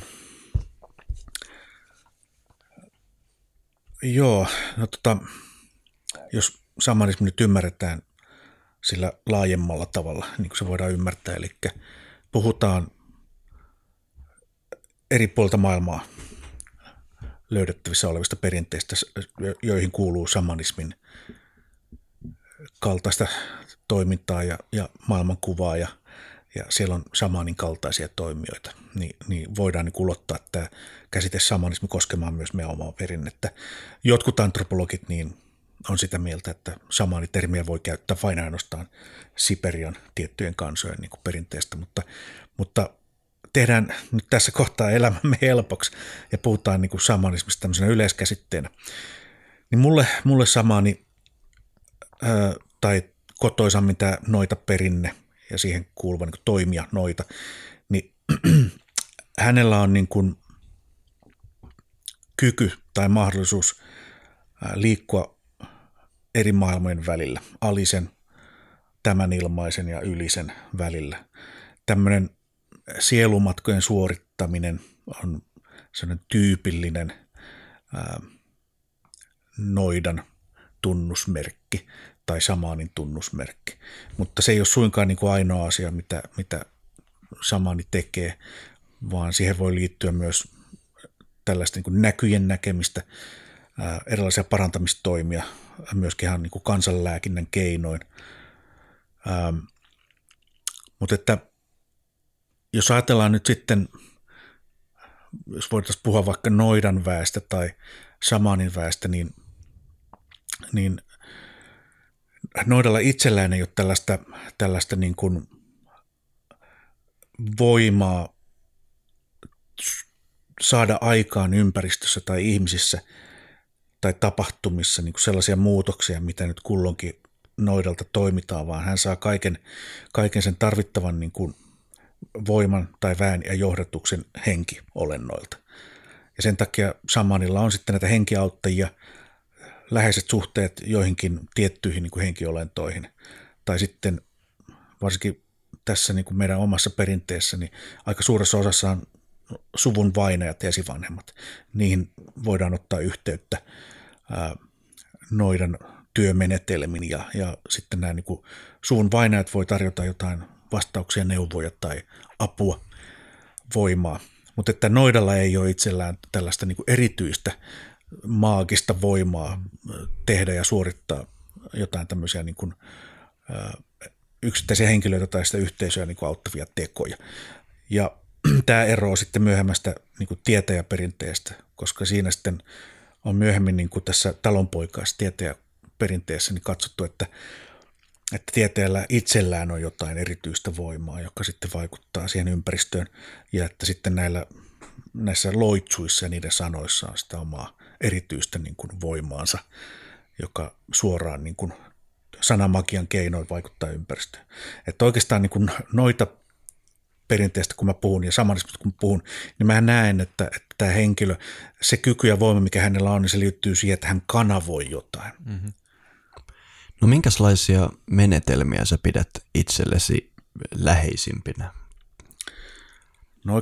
Joo, no jos shamanismi nyt ymmärretään sillä laajemmalla tavalla, niin kuin se voidaan ymmärtää, eli puhutaan eri puolilta maailmaa löydettävissä olevista perinteistä, joihin kuuluu shamanismin kaltaista toimintaa ja maailmankuvaa ja siellä on shamanin kaltaisia toimijoita, niin voidaan niin ulottaa tämä käsite shamanismi koskemaan myös meidän omaa perinnettä. Jotkut antropologit niin on sitä mieltä, että shamanitermiä voi käyttää vain ainoastaan Siperian tiettyjen kansojen niin kuin perinteestä, mutta tehdään nyt tässä kohtaa elämämme helpoksi ja puhutaan niin kuin shamanismista tämmöisenä yleiskäsitteenä. Niin mulle shamani tai kotoisammin tämä noita perinne ja siihen kuuluva niin kuin toimija noita, niin hänellä on niin kuin kyky tai mahdollisuus liikkua eri maailmojen välillä, alisen, tämän ilmaisen ja ylisen välillä. Tämmöinen sielumatkojen suorittaminen on sellainen tyypillinen noidan tunnusmerkki tai shamanin tunnusmerkki, mutta se ei ole suinkaan niin kuin ainoa asia, mitä shamani tekee, vaan siihen voi liittyä myös tällaista niin kuin näkyjen näkemistä, erilaisia parantamistoimia, myöskin ihan niin kuin kansanlääkinnän keinoin. Mutta että jos ajatellaan nyt sitten, jos voitaisiin puhua vaikka noidan väestä tai shamanin väestä, niin noidalla itsellään ei ole tällaista niin kuin voimaa saada aikaan ympäristössä tai ihmisissä tai tapahtumissa niin kuin sellaisia muutoksia, mitä nyt kulloinkin noidalta toimitaan, vaan hän saa kaiken sen tarvittavan niin kuin voiman tai väen ja johdatuksen henkiolennoilta. Ja sen takia shamanilla on sitten näitä henkiauttajia, läheiset suhteet joihinkin tiettyihin niin kuin henkiolentoihin. Tai sitten varsinkin tässä niin kuin meidän omassa perinteessä, niin aika suuressa osassa on suvun vainajat ja esivanhemmat. Niihin voidaan ottaa yhteyttä noidan työmenetelmin ja sitten nämä niin kuin suvun vainajat voi tarjota jotain vastauksia, neuvoja tai apua, voimaa. Mutta että noidalla ei ole itsellään tällaista niin kuin erityistä maagista voimaa tehdä ja suorittaa jotain tämmöisiä niin kuin, yksittäisiä henkilöitä tai sitä yhteisöä niin kuin auttavia tekoja. Ja tämä eroaa sitten myöhemmästä niin kuin tietäjäperinteestä, koska siinä sitten on myöhemmin niin kuin tässä talonpoikaisessa tietäjäperinteessä niin katsottu, että tieteellä itsellään on jotain erityistä voimaa, joka sitten vaikuttaa siihen ympäristöön ja että sitten näissä loitsuissa ja niiden sanoissa on sitä omaa erityistä niin kuin voimaansa, joka suoraan niin kuin sanamagian keinoin vaikuttaa ympäristöön. Että oikeastaan niin kuin noita perinteistä kun mä puhun ja shamanismista kun puhun, niin mä näen, että tämä henkilö, se kyky ja voima, mikä hänellä on, niin se liittyy siihen, että hän kanavoi jotain. Mm-hmm. No minkälaisia menetelmiä sä pidät itsellesi läheisimpinä? No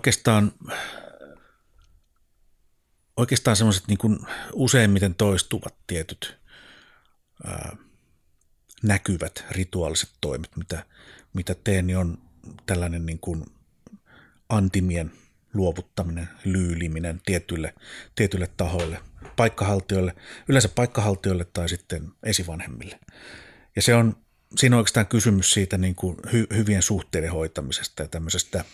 oikeastaan semmoiset niin kuin useimmiten toistuvat tietyt näkyvät rituaaliset toimet, mitä teen, niin on tällainen niin kuin antimien luovuttaminen, lyyliminen tietyille tahoille, paikkahaltijoille, yleensä paikkahaltijoille tai sitten esivanhemmille. Ja siinä on oikeastaan kysymys siitä niin kuin hyvien suhteiden hoitamisesta ja tämmöisestä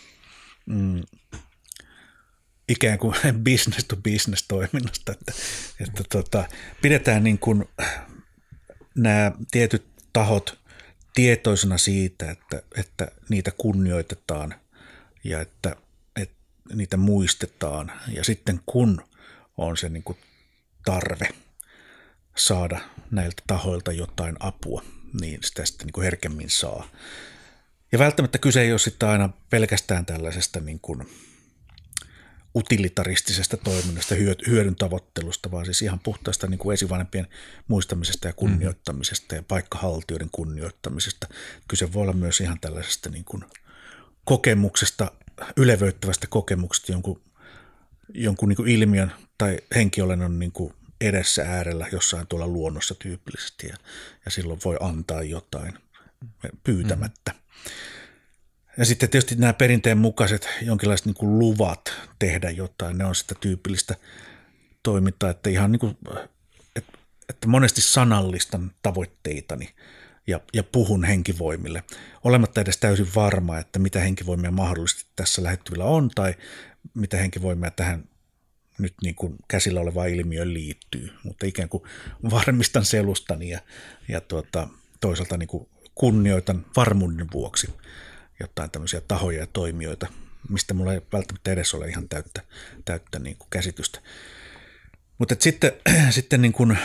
ikään kuin business to business toiminnasta, että pidetään niin kuin nämä tietyt tahot tietoisena siitä, että niitä kunnioitetaan ja että niitä muistetaan ja sitten kun on se niin kuin tarve saada näiltä tahoilta jotain apua, niin sitä sitten niin kuin herkemmin saa. Ja välttämättä kyse ei ole sitten aina pelkästään tällaisesta niin kuin utilitaristisesta toiminnasta, hyödyn tavoittelusta, vaan siis ihan puhtaasta niin kuin esivanhempien muistamisesta ja kunnioittamisesta ja paikkahaltijoiden kunnioittamisesta. Kyse voi olla myös ihan tällaisesta niin kuin kokemuksesta, ylevöittävästä kokemuksesta jonkun niin kuin ilmiön tai henkiolennon niin kuin edessä äärellä jossain tuolla luonnossa tyypillisesti ja silloin voi antaa jotain pyytämättä. Ja sitten tietysti nämä perinteen mukaiset jonkinlaiset niin kuin luvat tehdä jotain, ne on sitä tyypillistä toimintaa, että ihan niin kuin, että monesti sanallistan tavoitteitani ja puhun henkivoimille, olematta edes täysin varma, että mitä henkivoimia mahdollisesti tässä lähettyvillä on tai mitä henkivoimia tähän nyt niin kuin käsillä olevaan ilmiöön liittyy, mutta ikään kuin varmistan selustani ja toisaalta niin kuin kunnioitan varmuuden vuoksi jotain tämmöisiä tahoja ja toimijoita, mistä mulla ei välttämättä edes ole ihan täyttä niin kuin käsitystä. Mutta sitten niin kuin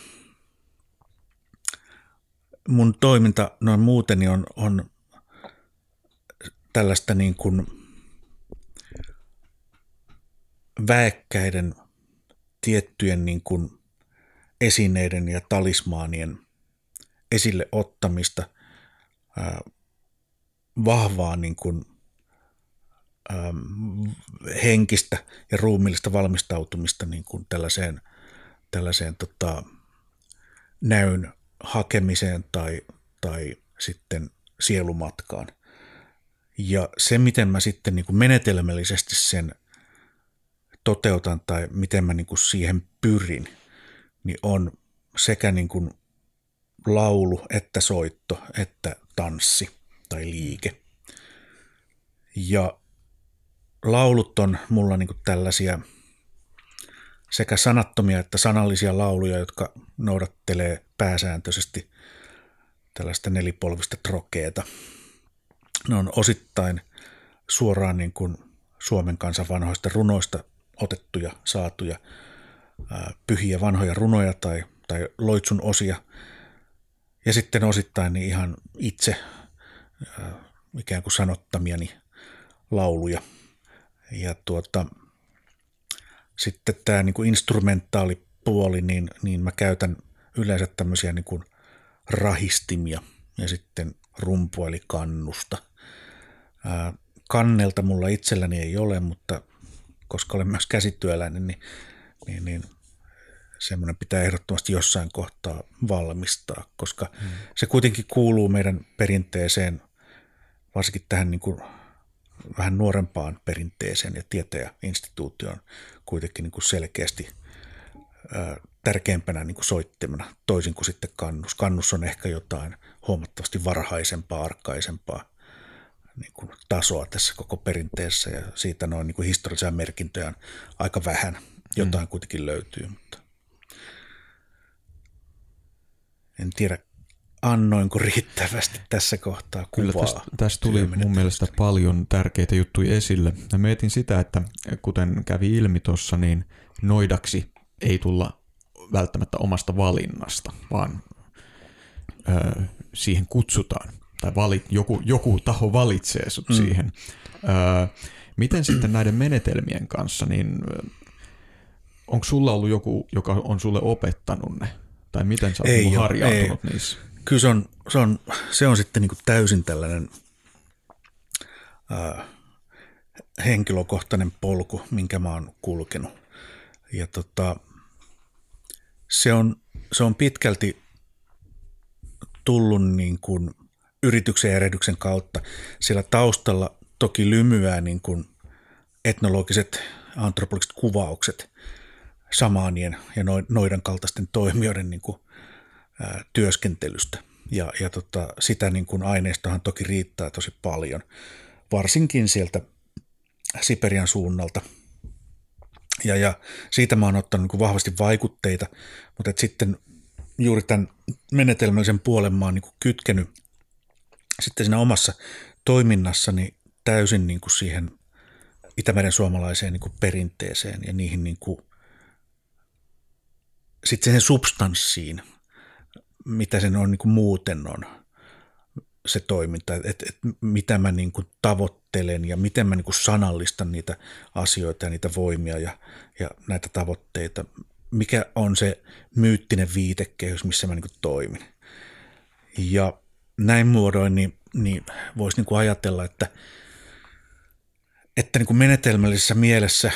mun toiminta noin muuten on tällaista niin kuin väekkäiden tiettyjen niin kuin esineiden ja talismaanien esille ottamista, vahvaa niin kuin, henkistä ja ruumiillista valmistautumista niin kuin tällaiseen näyn hakemiseen tai sitten sielumatkaan. Ja se, miten mä sitten niin kuin menetelmällisesti sen toteutan tai miten mä niin kuin siihen pyrin, niin on sekä niin kuin laulu, että soitto, että tanssi tai liike. Ja laulut on mulla niin kuin tällaisia sekä sanattomia että sanallisia lauluja, jotka noudattelee pääsääntöisesti tällaista nelipolvista trokeeta. Ne on osittain suoraan niin kuin Suomen kansan vanhoista runoista otettuja, saatuja pyhiä vanhoja runoja tai loitsun osia. Ja sitten osittain niin ihan itse ikään kuin sanottamiani lauluja. Ja sitten tämä niin kuin instrumentaalipuoli, niin mä käytän yleensä tämmöisiä niin kuin rahistimia ja sitten rumpua eli kannusta. Kannelta mulla itselläni ei ole, mutta koska olen myös käsityöläinen, niin semmoinen pitää ehdottomasti jossain kohtaa valmistaa, koska se kuitenkin kuuluu meidän perinteeseen, varsinkin tähän niin kuin vähän nuorempaan perinteeseen ja tietäjäinstituutioon kuitenkin niin kuin selkeästi tärkeämpänä niin kuin soittimena, toisin kuin sitten kannus. Kannus on ehkä jotain huomattavasti varhaisempaa, arkaisempaa niin kuin tasoa tässä koko perinteessä ja siitä noin niin kuin historiallisia merkintöjä on aika vähän. Jotain kuitenkin löytyy, mutta en tiedä annoinko riittävästi tässä kohtaa kuvaa. Kyllä tästä tuli mun mielestä paljon tärkeitä juttuja esille. Mä mietin sitä, että kuten kävi ilmi tuossa, niin noidaksi ei tulla välttämättä omasta valinnasta, vaan siihen kutsutaan. Tai joku taho valitsee sut siihen. Miten sitten näiden menetelmien kanssa, niin onko sulla ollut joku, joka on sulle opettanut ne? Tai miten sä oot harjaantunut niissä? Kyllä se on sitten niin kuin täysin tällainen henkilökohtainen polku, minkä mä oon kulkenut. Ja se on pitkälti tullut niin kuin yrityksen ja erehdyksen kautta. Siellä taustalla toki lymyää niin kuin etnologiset, antropologiset kuvaukset samaanien ja noidan kaltaisten toimijoiden niin kuin, työskentelystä. Ja sitä niin kuin aineistohan toki riittää tosi paljon, varsinkin sieltä Siperian suunnalta. Ja siitä mä oon ottanut niin kuin vahvasti vaikutteita, mutta sitten juuri tämän menetelmällisen puolen mä oon niin kuin kytkenyt sitten siinä omassa toiminnassani täysin niin kuin siihen Itämeren suomalaiseen niin kuin perinteeseen ja niihin niin kuin, sitten sen substanssiin, mitä sen on niin kuin muuten on se toiminta, että mitä mä niin kuin tavoittelen ja miten mä niin kuin sanallistan niitä asioita ja niitä voimia ja näitä tavoitteita, mikä on se myyttinen viitekehys, missä mä niin kuin toimin. Ja näin muodoin niin voisi niin kuin ajatella, että niin kuin menetelmällisessä mielessä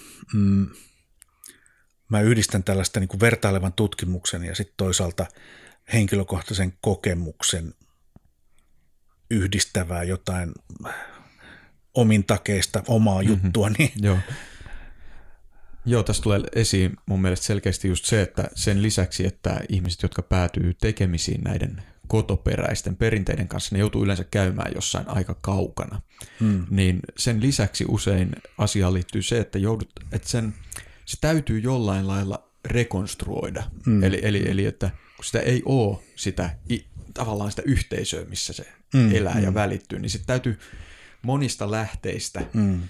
mä yhdistän tällaista niin kuin vertailevan tutkimuksen ja sitten toisaalta henkilökohtaisen kokemuksen yhdistävää jotain omintakeista omaa juttua, niin Joo, tässä tulee esiin mun mielestä selkeästi just se, että sen lisäksi, että ihmiset, jotka päätyy tekemisiin näiden kotoperäisten perinteiden kanssa, ne joutuu yleensä käymään jossain aika kaukana. Niin sen lisäksi usein asiaan liittyy se, että se täytyy jollain lailla rekonstruoida. Eli että kun sitä ei ole tavallaan sitä yhteisöä, missä se elää ja välittyy, niin sitten täytyy monista lähteistä,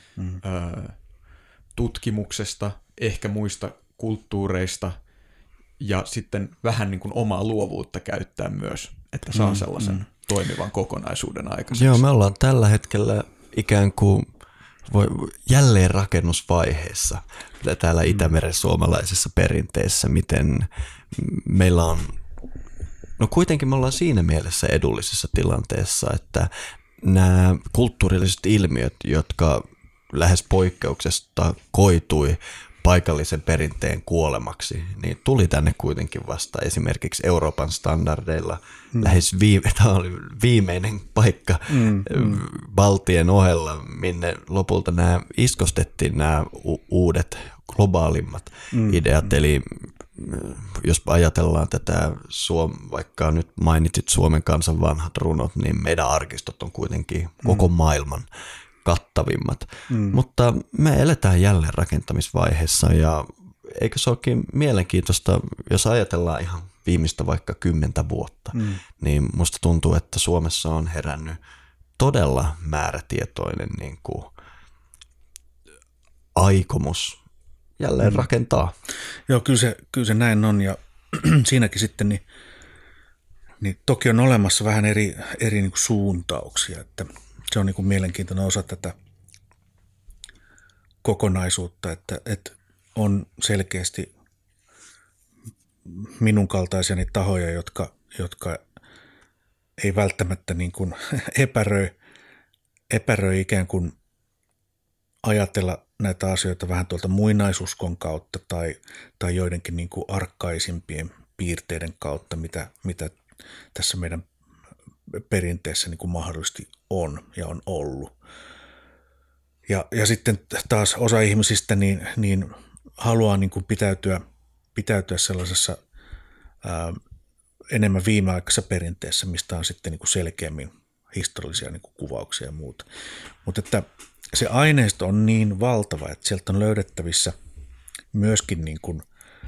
tutkimuksesta, ehkä muista kulttuureista ja sitten vähän niin kuin omaa luovuutta käyttää myös, että saa sellaisen toimivan kokonaisuuden aikaiseksi. Joo, me ollaan tällä hetkellä ikään kuin jälleenrakennusvaiheessa täällä Itämeren suomalaisessa perinteessä, miten meillä on, no kuitenkin me ollaan siinä mielessä edullisessa tilanteessa, että nämä kulttuurilliset ilmiöt, jotka lähes poikkeuksesta koitui paikallisen perinteen kuolemaksi, niin tuli tänne kuitenkin vasta esimerkiksi Euroopan standardeilla lähes tämä oli viimeinen paikka Baltien ohella, minne lopulta nämä iskostettiin nämä uudet globaalimmat ideat, eli jos ajatellaan tätä, vaikka nyt mainitsit Suomen kansan vanhat runot, niin meidän arkistot on kuitenkin koko maailman kattavimmat. Mutta me eletään jälleen rakentamisvaiheessa ja eikö se olekin mielenkiintoista, jos ajatellaan ihan viimeistä vaikka 10 vuotta, niin musta tuntuu, että Suomessa on herännyt todella määrätietoinen niin kuin aikomus jälleen rakentaa. Joo, kyllä se näin on ja siinäkin sitten niin toki on olemassa vähän eri niin kuin suuntauksia, että se on niin kuin mielenkiintoinen osa tätä kokonaisuutta, että on selkeästi minun kaltaisiani tahoja, jotka ei välttämättä niin kuin epäröi ikään kuin ajatella näitä asioita vähän tuolta muinaisuskon kautta tai joidenkin niin kuin arkkaisimpien piirteiden kautta, mitä tässä meidän perinteessä niin kuin mahdollisesti on ja on ollut. Ja sitten taas osa ihmisistä niin haluaa niin kuin pitäytyä sellaisessa enemmän viimeaikaisessa perinteessä, mistä on sitten niin kuin selkeämmin historiallisia niin kuin kuvauksia ja muuta. Mutta että se aineisto on niin valtava, että sieltä on löydettävissä myöskin niin kuin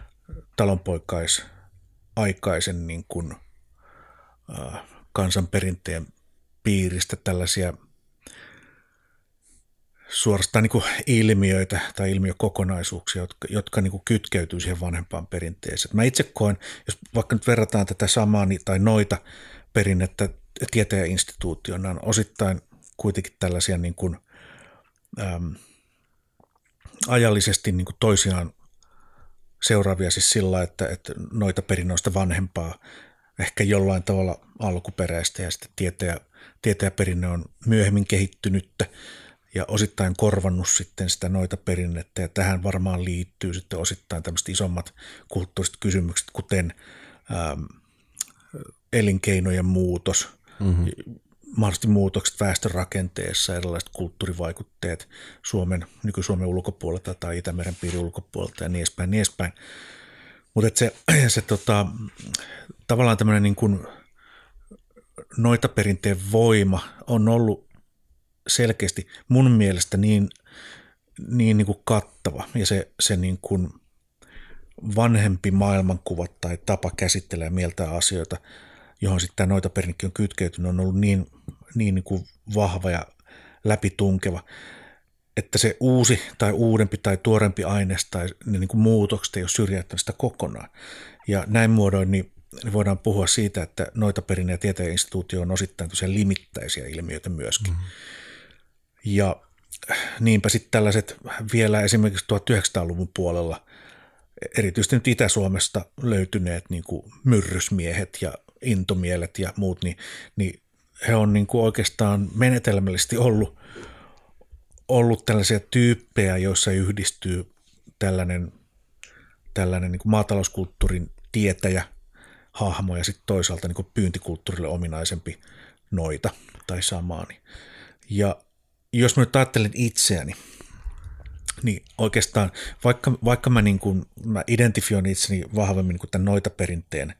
talonpoikaisaikaisen niin kuin kansanperinteen piiristä tällaisia suorastaan niin kuin ilmiöitä tai ilmiökokonaisuuksia, jotka niin kuin kytkeytyy siihen vanhempaan perinteeseen. Mä itse koen, jos vaikka nyt verrataan tätä samaa tai noita perinnettä tietäjäinstituutiona, on osittain kuitenkin tällaisia niin kuin, ajallisesti niin kuin toisiaan seuraavia siis sillä, että noita perinnoista vanhempaa ehkä jollain tavalla alkuperäistä ja sitten tietäjäperinne on myöhemmin kehittynyttä ja osittain korvannut sitten sitä noita perinnettä ja tähän varmaan liittyy sitten osittain tämmöiset isommat kulttuuriset kysymykset, kuten elinkeinojen muutos, mahdollisesti muutokset väestörakenteessa, erilaiset kulttuurivaikutteet nyky-Suomen ulkopuolelta tai Itämeren piirin ulkopuolelta ja niin edespäin. Mutta se tavallaan tämmöinen niin kuin noita perinteen voima on ollut selkeästi mun mielestä niin kuin kattava ja se niin kuin vanhempi maailmankuva tai tapa käsitellä ja mieltää asioita, johon sitten tämä noita perinnekin on kytkeytynyt, on ollut niin kuin vahva ja läpitunkeva, että se uusi tai uudempi tai tuorempi aines tai ne niin kuin muutokset ei ole syrjäyttänyt sitä kokonaan. Ja näin muodoin niin voidaan puhua siitä, että noita perinne- ja tietäjäinstituutio on osittain tosiaan limittäisiä ilmiöitä myöskin. Ja niinpä sitten tällaiset vielä esimerkiksi 1900-luvun puolella, erityisesti nyt Itä-Suomesta löytyneet niin kuin myrrysmiehet ja intomielet ja muut, niin he on niin kuin oikeastaan menetelmällisesti ollut tällaisia tyyppejä, joissa yhdistyy tällainen niin kuin maatalouskulttuurin tietäjä hahmo ja sitten toisaalta niin kuin pyyntikulttuurille ominaisempi noita tai samaani. Ja jos mä nyt ajattelen itseäni, Niin oikeastaan, vaikka mä identifioin itseni vahvemmin niin tämän noitaperinteen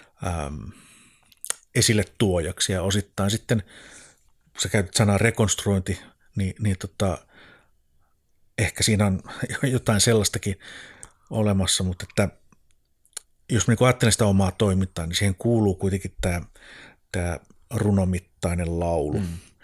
esille tuojaksi ja osittain sitten, kun sä käytit sanaa rekonstruointi, niin ehkä siinä on jotain sellaistakin olemassa, mutta että jos mä niin ajattelen sitä omaa toimintaa, niin siihen kuuluu kuitenkin tämä runomittainen laulu.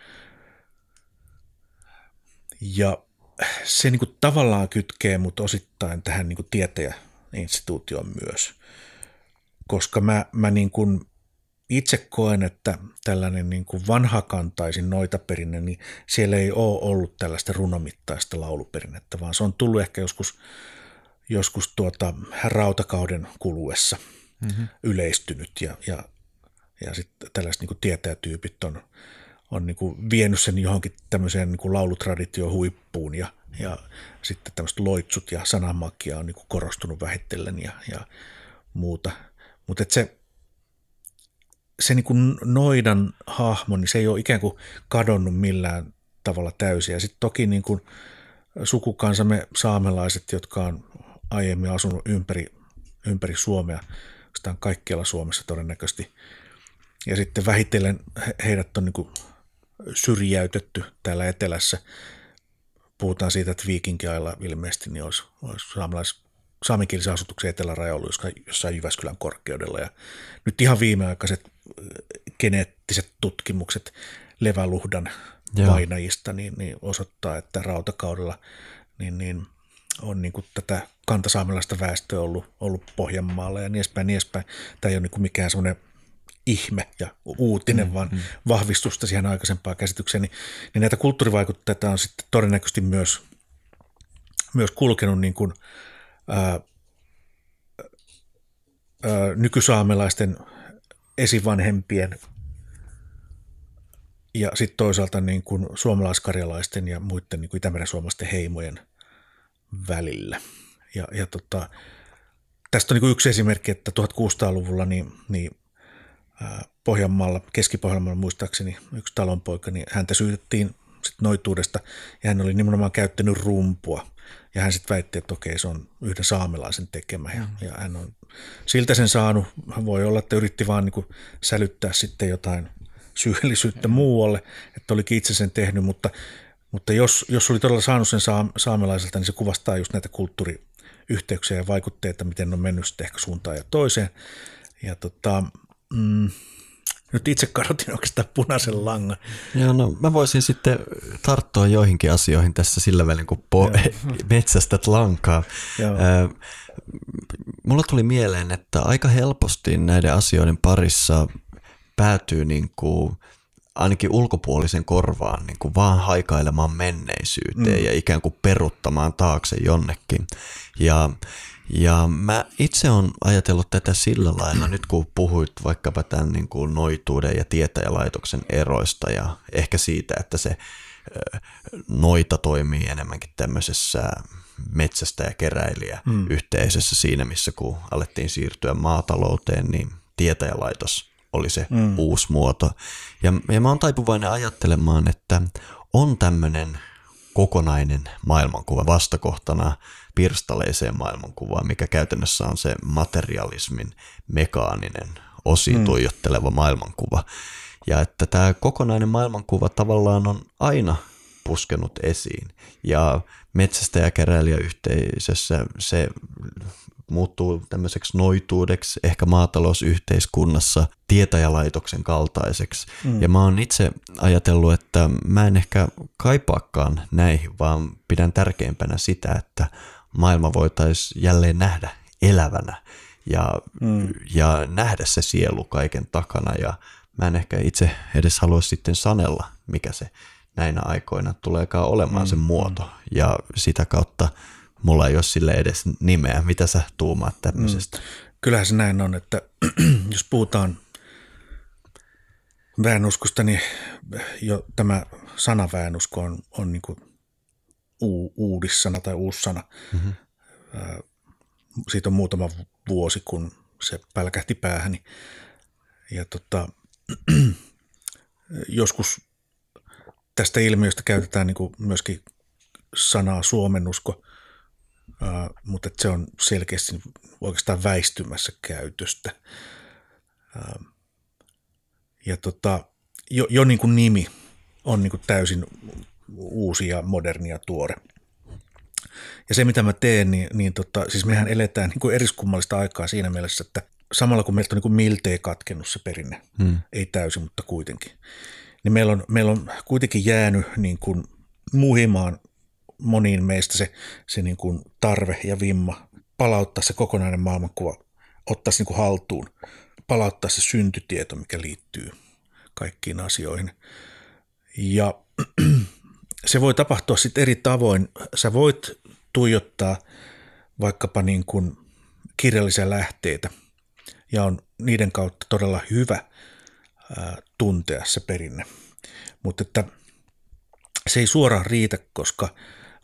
Ja se niin kuin tavallaan kytkee mut osittain tähän niin kuin tietäjäinstituutioon myös, koska mä niin kuin itse koen, että tällainen niin kuin vanhakantaisin noitaperinne, niin siellä ei ole ollut tällaista runomittaista lauluperinnettä, vaan se on tullut ehkä joskus rautakauden kuluessa yleistynyt ja sitten tällaiset niin kuin tietäjätyypit on niin kuin vienyt sen johonkin tämmöiseen niin kuin laulutraditioon huippuun ja sitten tämmöiset loitsut ja sananmakia on niin kuin korostunut vähitellen ja muuta. Mutta se niin kuin noidan hahmo, niin se ei ole ikään kuin kadonnut millään tavalla täysin. Ja sitten toki niin kuin sukukansamme saamelaiset, jotka on aiemmin asunut ympäri Suomea, oikeastaan kaikkialla Suomessa todennäköisesti, ja sitten vähitellen heidät on niin kuin syrjäytetty täällä etelässä. Puhutaan siitä, että viikinkiajalla ilmeisesti niin olisi saamenkielisen asutuksen etelärajalla ollut jossain Jyväskylän korkeudella. Ja nyt ihan viimeaikaiset geneettiset tutkimukset leväluhdan vainajista niin osoittaa, että rautakaudella niin on niin kuin tätä kantasaamelaista väestöä ollut Pohjanmaalla ja niin edespäin. Tämä ei ole niin kuin mikään semmoinen ihme ja uutinen, vaan vahvistusta siihen aikaisempaan käsitykseen, niin näitä kulttuurivaikutteita on sitten todennäköisesti myös kulkenut niin kuin, nykysaamelaisten esivanhempien ja sitten toisaalta niin kuin suomalaiskarjalaisten ja muiden niin kuin Itämeren suomalaisten heimojen välillä. Ja tästä on niin kuin yksi esimerkki, että 1600-luvulla niin Pohjanmaalla, Keski-Pohjanmaalla muistaakseni yksi talonpoika, niin häntä syytettiin sit noituudesta ja hän oli nimenomaan käyttänyt rumpua. Ja hän sitten väitti, että okei, se on yhden saamelaisen tekemä ja hän on siltä sen saanut. Voi olla, että yritti vaan niin kuin sälyttää sitten jotain syyllisyyttä muualle, että olikin itse sen tehnyt, mutta jos oli todella saanut sen saamelaiselta, niin se kuvastaa just näitä kulttuuriyhteyksiä ja vaikutteita, miten ne on mennyt sitten ehkä suuntaan ja toiseen. Ja nyt itse kadotin oikeastaan punaisen langan. Joo, no mä voisin sitten tarttua joihinkin asioihin tässä sillä välin, kun metsästät lankaa. Mulla tuli mieleen, että aika helposti näiden asioiden parissa päätyy niin kuin ainakin ulkopuolisen korvaan niin kuin vaan haikailemaan menneisyyteen ja ikään kuin peruttamaan taakse jonnekin. Ja mä itse olen ajatellut tätä sillä lailla, nyt kun puhuit vaikkapa tämän niin kuin noituuden ja tietäjälaitoksen eroista ja ehkä siitä, että se noita toimii enemmänkin tämmöisessä metsästä ja keräilijä yhteisössä siinä, missä kun alettiin siirtyä maatalouteen, niin tietäjälaitos oli se uusi muoto. Ja mä oon taipuvainen ajattelemaan, että on tämmöinen kokonainen maailmankuva vastakohtana pirstaleiseen maailmankuvaan, mikä käytännössä on se materialismin mekaaninen, osiin tuijotteleva maailmankuva. Ja että tämä kokonainen maailmankuva tavallaan on aina puskenut esiin. Ja metsästä ja keräilijäyhteisössä se muuttuu tämmöiseksi noituudeksi, ehkä maatalousyhteiskunnassa tietäjälaitoksen kaltaiseksi. Ja mä oon itse ajatellut, että mä en ehkä kaipaakaan näihin, vaan pidän tärkeimpänä sitä, että maailma voitaisiin jälleen nähdä elävänä ja nähdä se sielu kaiken takana. Ja mä en ehkä itse edes halua sitten sanella, mikä se näinä aikoina tuleekaan olemaan se muoto. Ja sitä kautta mulla ei ole sille edes nimeä. Mitä sä tuumaat tämmöisestä? Kyllähän se näin on, että jos puhutaan väänuskosta, niin jo tämä sana väänusko on niin kuin uudissana tai uussana. Siitä on muutama vuosi, kun se pälkähti päähäni. Ja joskus tästä ilmiöstä käytetään niin kuin myöskin sanaa suomennusko. mutta se on selkeästi oikeastaan väistymässä käytöstä. Ja jo niin kuin nimi on niin kuin täysin uusi ja moderni ja tuore. Ja se, mitä mä teen, siis mehän eletään niin kuin eriskummallista aikaa siinä mielessä, että samalla kun meiltä on niin kuin miltei katkennut se perinne, ei täysin, mutta kuitenkin, niin meillä on kuitenkin jäänyt niin kuin muhimaan moniin meistä se niin kuin tarve ja vimma palauttaa se kokonainen maailmankuva, ottaa se niin kuin haltuun, palauttaa se syntytieto, mikä liittyy kaikkiin asioihin. Ja se voi tapahtua sitten eri tavoin. Sä voit tuijottaa vaikkapa niin kuin kirjallisia lähteitä ja on niiden kautta todella hyvä tuntea se perinne. Mutta että se ei suoraan riitä, koska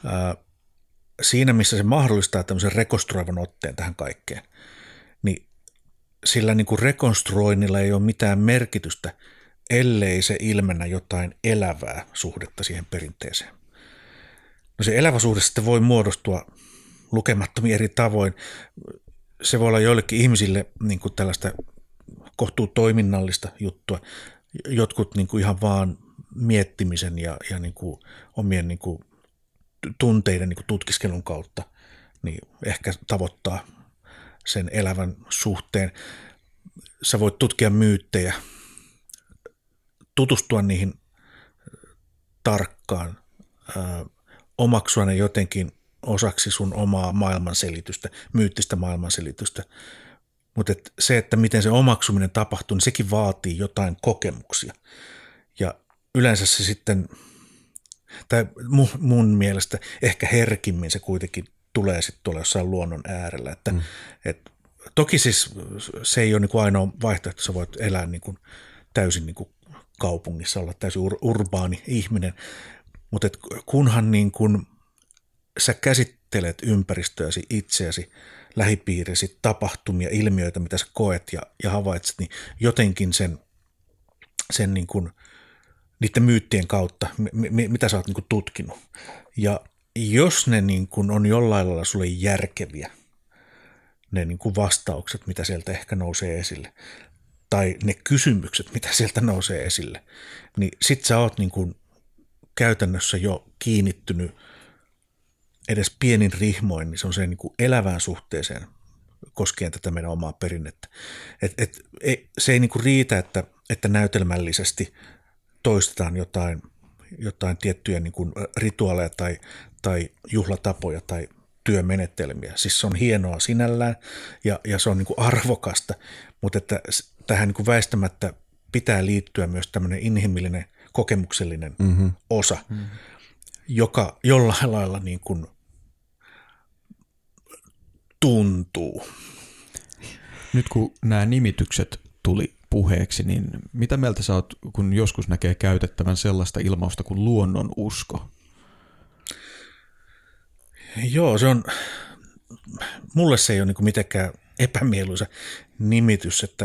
siinä missä se mahdollistaa tämmöisen rekonstruoivan otteen tähän kaikkeen, niin sillä niin kuin rekonstruoinnilla ei ole mitään merkitystä, ellei se ilmennä jotain elävää suhdetta siihen perinteeseen. No se elävä suhde sitten voi muodostua lukemattomia eri tavoin. Se voi olla joillekin ihmisille niin kuin tällaista kohtuutoiminnallista juttua, jotkut niin kuin ihan vaan miettimisen ja niin kuin omien niin kuin tunteiden niin kuin tutkiskelun kautta niin ehkä tavoittaa sen elävän suhteen. Sä voit tutkia myyttejä, tutustua niihin tarkkaan, omaksua ne jotenkin osaksi sun omaa maailmanselitystä, myyttistä maailmanselitystä. Mutta se, että miten se omaksuminen tapahtuu, niin sekin vaatii jotain kokemuksia. Ja yleensä se sitten, tai mun mielestä ehkä herkimmin se kuitenkin tulee sitten tuolla jossain luonnon äärellä. Että toki siis se ei ole niin kuin ainoa vaihtoehto, sä voit elää niin kuin täysin niin kuin kaupungissa, olla täysin urbaani ihminen, mutta kunhan niin kuin sä käsittelet ympäristöäsi, itseäsi, lähipiirisi, tapahtumia, ilmiöitä, mitä sä koet ja havaitset, niin jotenkin sen niin kuin, niiden myyttien kautta, mitä sä oot niin kuin tutkinut. Ja jos ne niin kuin on jollain lailla sulle järkeviä, ne niin kuin vastaukset, mitä sieltä ehkä nousee esille, tai ne kysymykset, mitä sieltä nousee esille, niin sit sä oot niin kuin käytännössä jo kiinnittynyt edes pienin rihmoin, niin se on se niin kuin elävään suhteeseen koskien tätä meidän omaa perinnettä. Se ei niin kuin riitä, että näytelmällisesti toistetaan jotain tiettyjä niin kuin rituaaleja tai juhlatapoja tai työmenetelmiä. Siis se on hienoa sinällään ja se on niin kuin arvokasta, mutta että tähän niin kuin väistämättä pitää liittyä myös tämmöinen inhimillinen, kokemuksellinen osa, joka jollain lailla niin kuin tuntuu. Nyt kun nämä nimitykset tuli puheeksi, niin mitä mieltä sä oot, kun joskus näkee käytettävän sellaista ilmausta kuin luonnonusko? Joo, mulle se ei ole niin mitenkään epämieluisa nimitys, että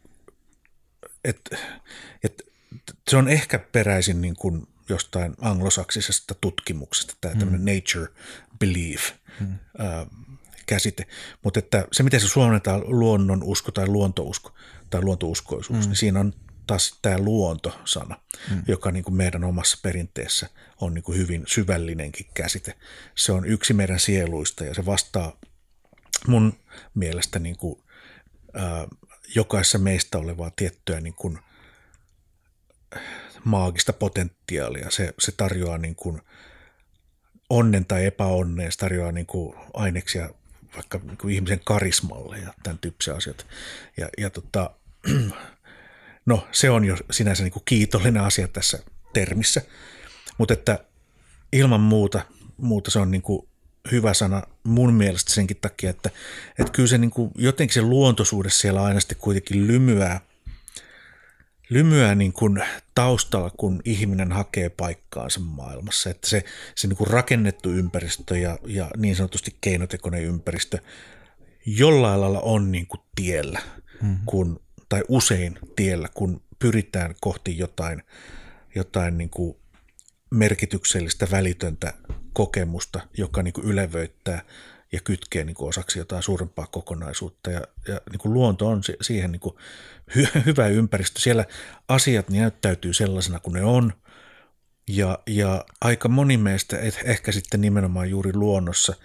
se on ehkä peräisin niin kuin jostain anglosaksisesta tutkimuksesta, tämä tämmöinen nature belief käsite, mutta että se miten se suomennetaan luonnonusko tai luontousko tai luontouskoisuus, niin siinä on taas tämä luonto-sana, joka niin kuin meidän omassa perinteessä on niin kuin hyvin syvällinenkin käsite. Se on yksi meidän sieluista ja se vastaa mun mielestä niin kuin, jokaisessa meistä olevaa tiettyä niin kuin maagista potentiaalia. Se tarjoaa niin kuin onnen tai epäonneen, se tarjoaa niin kuin aineksia vaikka niin kuin ihmisen karismalle ja tämän tyyppisiä asioita. No se on jo sinänsä niin kuin kiitollinen asia tässä termissä, mutta että ilman muuta se on niin kuin hyvä sana mun mielestä senkin takia, että kyllä se niin kuin jotenkin se luontosuhde siellä aina sitten kuitenkin lymyää niin kuin taustalla, kun ihminen hakee paikkaansa maailmassa. Että se niin kuin rakennettu ympäristö ja niin sanotusti keinotekoinen ympäristö jollain lailla on niin kuin tiellä, tai usein tiellä, kun pyritään kohti jotain niin kuin merkityksellistä välitöntä kokemusta, joka niin kuin ylevöittää ja kytkee niin kuin osaksi jotain suurempaa kokonaisuutta. Ja niin kuin luonto on siihen niin kuin hyvä ympäristö. Siellä asiat näyttäytyy sellaisena kuin ne on. Ja aika moni meistä, ehkä sitten nimenomaan juuri luonnossa,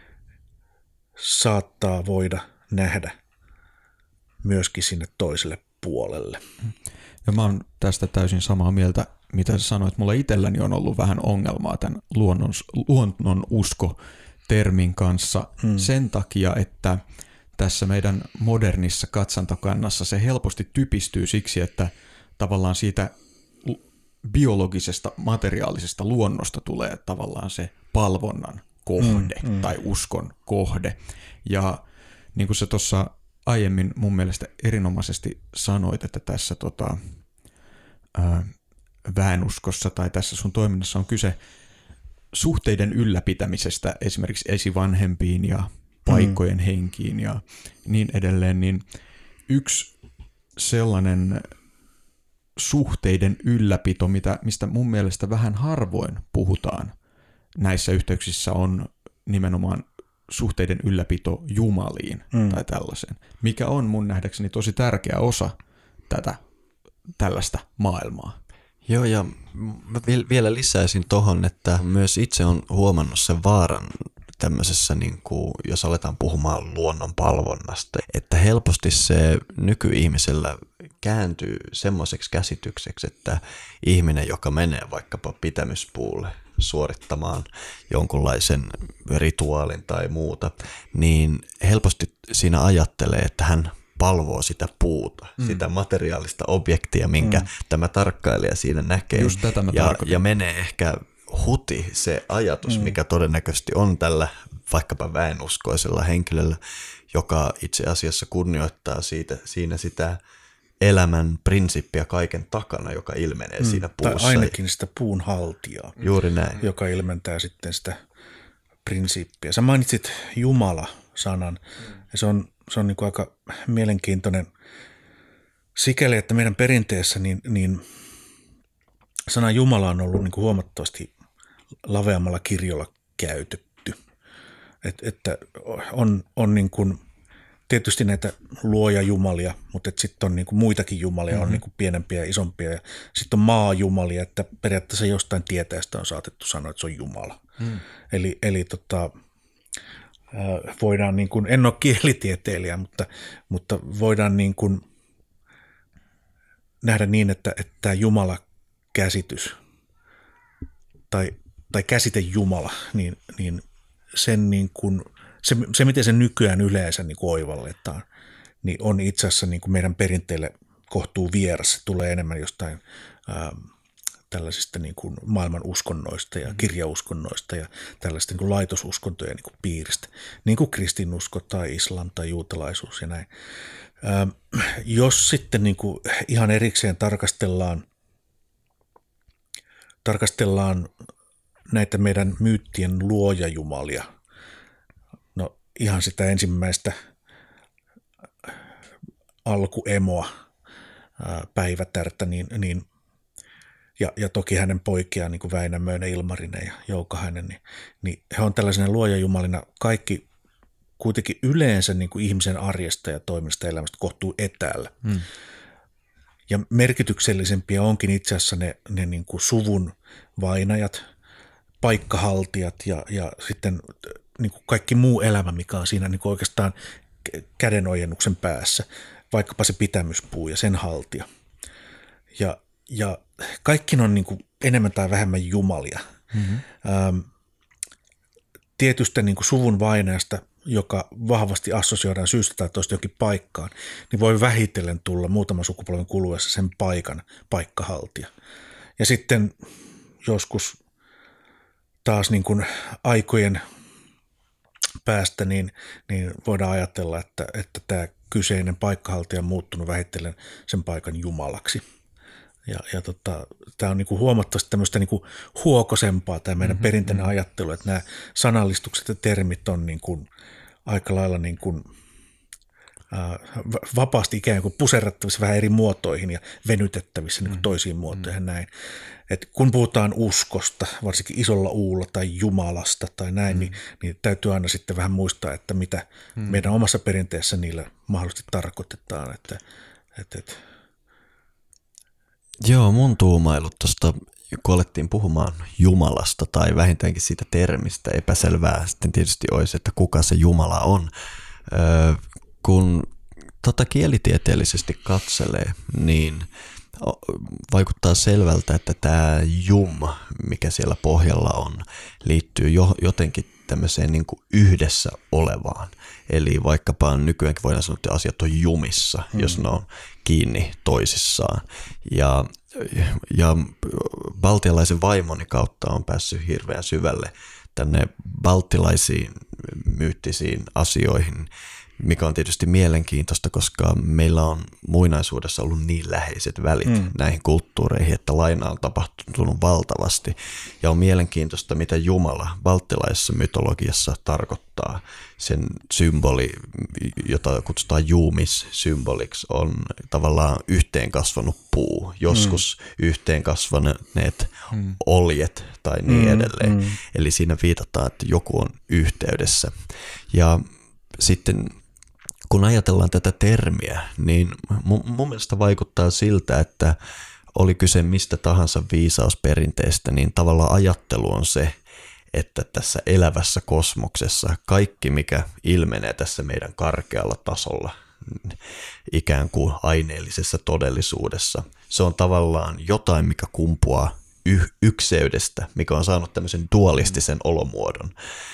saattaa voida nähdä myöskin sinne toiselle puolelle. Ja mä oon tästä täysin samaa mieltä, mitä sä sanoit. Mulla itselläni on ollut vähän ongelmaa tämän luonnon usko-termin kanssa sen takia, että tässä meidän modernissa katsantokannassa se helposti typistyy siksi, että tavallaan siitä biologisesta, materiaalisesta luonnosta tulee tavallaan se palvonnan kohde tai uskon kohde. Ja niin kuin sä tuossa aiemmin mun mielestä erinomaisesti sanoit, että tässä väenuskossa tai tässä sun toiminnassa on kyse suhteiden ylläpitämisestä esimerkiksi esivanhempiin ja paikkojen henkiin ja niin edelleen, niin yksi sellainen suhteiden ylläpito, mistä mun mielestä vähän harvoin puhutaan näissä yhteyksissä, on nimenomaan suhteiden ylläpito jumaliin tai tällaiseen, mikä on mun nähdäkseni tosi tärkeä osa tällaista maailmaa. Joo, ja mä vielä lisäisin tohon, että myös itse on huomannut sen vaaran tämmöisessä, niin kuin, jos aletaan puhumaan luonnon palvonnasta, että helposti se nykyihmisellä kääntyy semmoiseksi käsitykseksi, että ihminen, joka menee vaikkapa pitämyspuulle suorittamaan jonkunlaisen rituaalin tai muuta, niin helposti siinä ajattelee, että hän palvoo sitä puuta, sitä materiaalista objektia, minkä tämä tarkkailija siinä näkee. Just tätä mä ja menee ehkä huti se ajatus, mikä todennäköisesti on tällä vaikkapa väenuskoisella henkilöllä, joka itse asiassa kunnioittaa siinä sitä elämän prinsiippiä kaiken takana, joka ilmenee siinä puussa. Tai ainakin sitä puun haltijaa. Juuri näin. Joka ilmentää sitten sitä prinsiippiä. Sä mainitsit Jumala-sanan, ja se on niin kuin aika mielenkiintoinen sikäli, että meidän perinteessä niin sana Jumala on ollut niin kuin huomattavasti laveammalla kirjolla käytetty. Että on niin kuin tietysti näitä luojajumalia, mutta sitten on niin kuin muitakin jumalia, on niin kuin pienempiä ja isompia. Ja sitten on maajumalia, että periaatteessa jostain tietäjästä on saatettu sanoa, että se on Jumala. Eli voidaan, niin kuin, en ole kielitieteilijä, mutta voidaan niin kuin nähdä niin, että tämä Jumala-käsitys tai käsite Jumala, niin sen niin kuin, se miten se nykyään yleensä niin kuin oivalletaan, niin on itse asiassa niin kuin meidän perinteille kohtuu vieras. Se tulee enemmän jostain tällaisista niin kuin maailman uskonnoista ja kirjauskonnoista ja tällaista niin kuin laitosuskontojen niin kuin piiristä, niin kuin kristinusko tai islam tai juutalaisuus ja näin. Jos sitten niin kuin ihan erikseen tarkastellaan näitä meidän myyttien luojajumalia, no ihan sitä ensimmäistä alkuemoa, Päivätärtä, niin ja toki hänen poikiaan niin kuin Väinämöinen, Ilmarinen ja Joukahainen, niin he on tällaisena luojajumalina kaikki kuitenkin yleensä niin kuin ihmisen arjesta ja toiminnasta elämästä kohtuu etäällä. Ja merkityksellisempiä onkin itse asiassa ne niin kuin suvun vainajat, paikkahaltijat ja sitten niin kuin kaikki muu elämä, mikä on siinä niin kuin oikeastaan kädenojennuksen päässä, vaikkapa se pitämyspuu ja sen haltija. Ja kaikki on niin kuin enemmän tai vähemmän jumalia. Tietystä niin kuin suvun vainajasta, joka vahvasti assosioidaan syystä tai toista johonkin paikkaan, niin voi vähitellen tulla muutaman sukupolven kuluessa sen paikkahaltija. Ja sitten joskus taas niin kuin aikojen päästä niin voidaan ajatella, että tämä kyseinen paikkahaltija on muuttunut vähitellen sen paikan jumalaksi. Ja tämä on niin kuin huomattavasti tämmöistä niin kuin huokosempaa tämä meidän perinteinen ajattelu, että nämä sanallistukset ja termit on niin kuin aika lailla niin kuin vapaasti ikään kuin puserrattavissa vähän eri muotoihin ja venytettävissä niin kuin toisiin muotoihin ja näin. Et kun puhutaan uskosta, varsinkin isolla uulla tai Jumalasta tai näin, niin täytyy aina sitten vähän muistaa, että mitä meidän omassa perinteessä niillä mahdollisesti tarkoitetaan. Joo, mun tuumailut tuosta, kun alettiin puhumaan Jumalasta tai vähintäänkin siitä termistä, epäselvää sitten tietysti olisi, että kuka se Jumala on. Kun kielitieteellisesti katselee, niin vaikuttaa selvältä, että tämä jum, mikä siellä pohjalla on, liittyy jotenkin tämmöiseen niin kuin yhdessä olevaan. Eli vaikkapa nykyäänkin voidaan sanoa, että asiat on jumissa, jos ne on kiinni toisissaan. Ja baltialaisen vaimoni kautta on päässyt hirveän syvälle tänne baltilaisiin myyttisiin asioihin, mikä on tietysti mielenkiintoista, koska meillä on muinaisuudessa ollut niin läheiset välit näihin kulttuureihin, että laina on tapahtunut valtavasti. Ja on mielenkiintoista, mitä Jumala baltilaisessa mytologiassa tarkoittaa. Sen symboli, jota kutsutaan juumis-symboliksi, on tavallaan yhteenkasvanut puu, joskus yhteenkasvaneet oljet tai niin edelleen. Eli siinä viitataan, että joku on yhteydessä. Ja sitten kun ajatellaan tätä termiä, niin mun mielestä vaikuttaa siltä, että oli kyse mistä tahansa viisausperinteestä, niin tavallaan ajattelu on se, että tässä elävässä kosmoksessa kaikki, mikä ilmenee tässä meidän karkealla tasolla, ikään kuin aineellisessa todellisuudessa, se on tavallaan jotain, mikä kumpuaa ykseydestä, mikä on saanut tämmöisen dualistisen olomuodon.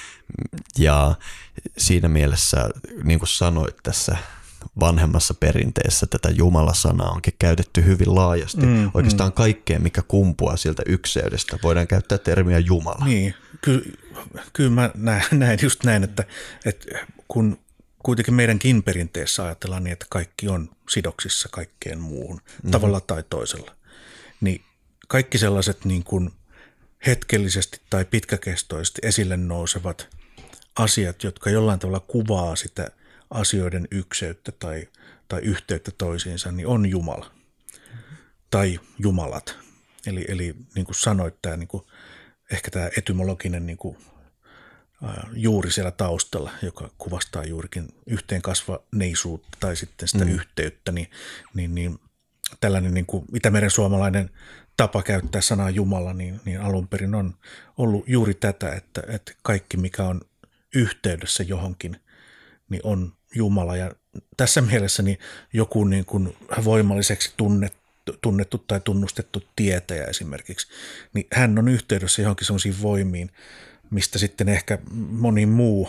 Ja siinä mielessä, niin kuin sanoit tässä vanhemmassa perinteessä, tätä Jumala-sanaa onkin käytetty hyvin laajasti. Oikeastaan kaikkeen, mikä kumpuaa sieltä ykseydestä, voidaan käyttää termiä Jumala. Niin, kyllä mä näen just näin, että kun kuitenkin meidänkin perinteessä ajatellaan niin, että kaikki on sidoksissa kaikkeen muuhun, tavalla tai toisella, niin kaikki sellaiset niin kuin hetkellisesti tai pitkäkestoisesti esille nousevat asiat, jotka jollain tavalla kuvaa sitä asioiden ykseyttä tai yhteyttä toisiinsa, niin on Jumala tai Jumalat. Eli niin kuin sanoit, tämä, niin kuin, ehkä tämä etymologinen niin kuin, juuri siellä taustalla, joka kuvastaa juurikin yhteenkasvaneisuutta tai sitten sitä yhteyttä, niin tällainen niin kuin itämeren suomalainen tapa käyttää sanaa Jumala, niin alun perin on ollut juuri tätä, että kaikki mikä on yhteydessä johonkin, niin on Jumala. Ja tässä mielessä niin joku niin kuin voimalliseksi tunnettu tai tunnustettu tietäjä esimerkiksi, niin hän on yhteydessä johonkin sellaisiin voimiin, mistä sitten ehkä moni muu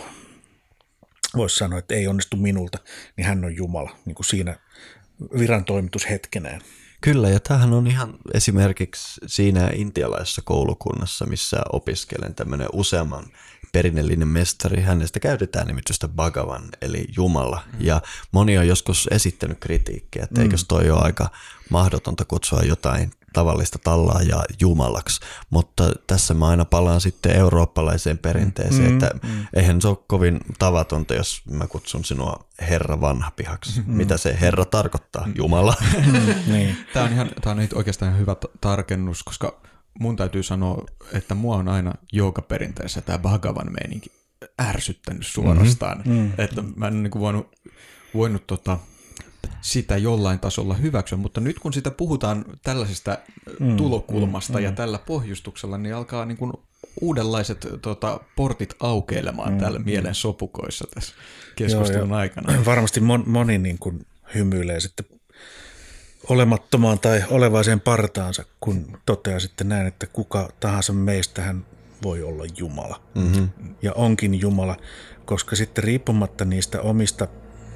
voisi sanoa, että ei onnistu minulta, niin hän on Jumala niin kuin siinä virantoimitushetkenään. Kyllä, ja tämähän on ihan esimerkiksi siinä intialaisessa koulukunnassa, missä opiskelen tämmöinen useamman perinnöllinen mestari, hänestä käytetään nimitystä Bhagavan, eli Jumala. Ja moni on joskus esittänyt kritiikkiä, että eikös toi ole aika mahdotonta kutsua jotain tavallista tallaajaa Jumalaksi. Mutta tässä mä aina palaan sitten eurooppalaiseen perinteeseen, että eihän se ole kovin tavatonta, jos mä kutsun sinua Herra vanhapihaksi. Mitä se Herra tarkoittaa? Jumala. Niin. Tämä on oikeastaan hyvä tarkennus, koska mun täytyy sanoa, että mua on aina joogaperinteessä tämä Bhagavan meininki ärsyttänyt suorastaan. Että mä en niin kuin voinut sitä jollain tasolla hyväksyä, mutta nyt kun sitä puhutaan tällaisesta tulokulmasta ja tällä pohjustuksella, niin alkaa niin kuin uudenlaiset portit aukeilemaan täällä mielen sopukoissa tässä keskustelun aikana. Varmasti moni niin kuin hymyilee sitten olemattomaan tai olevaiseen partaansa, kun toteaa sitten näin, että kuka tahansa meistähän voi olla Jumala. Ja onkin Jumala, koska sitten riippumatta niistä omista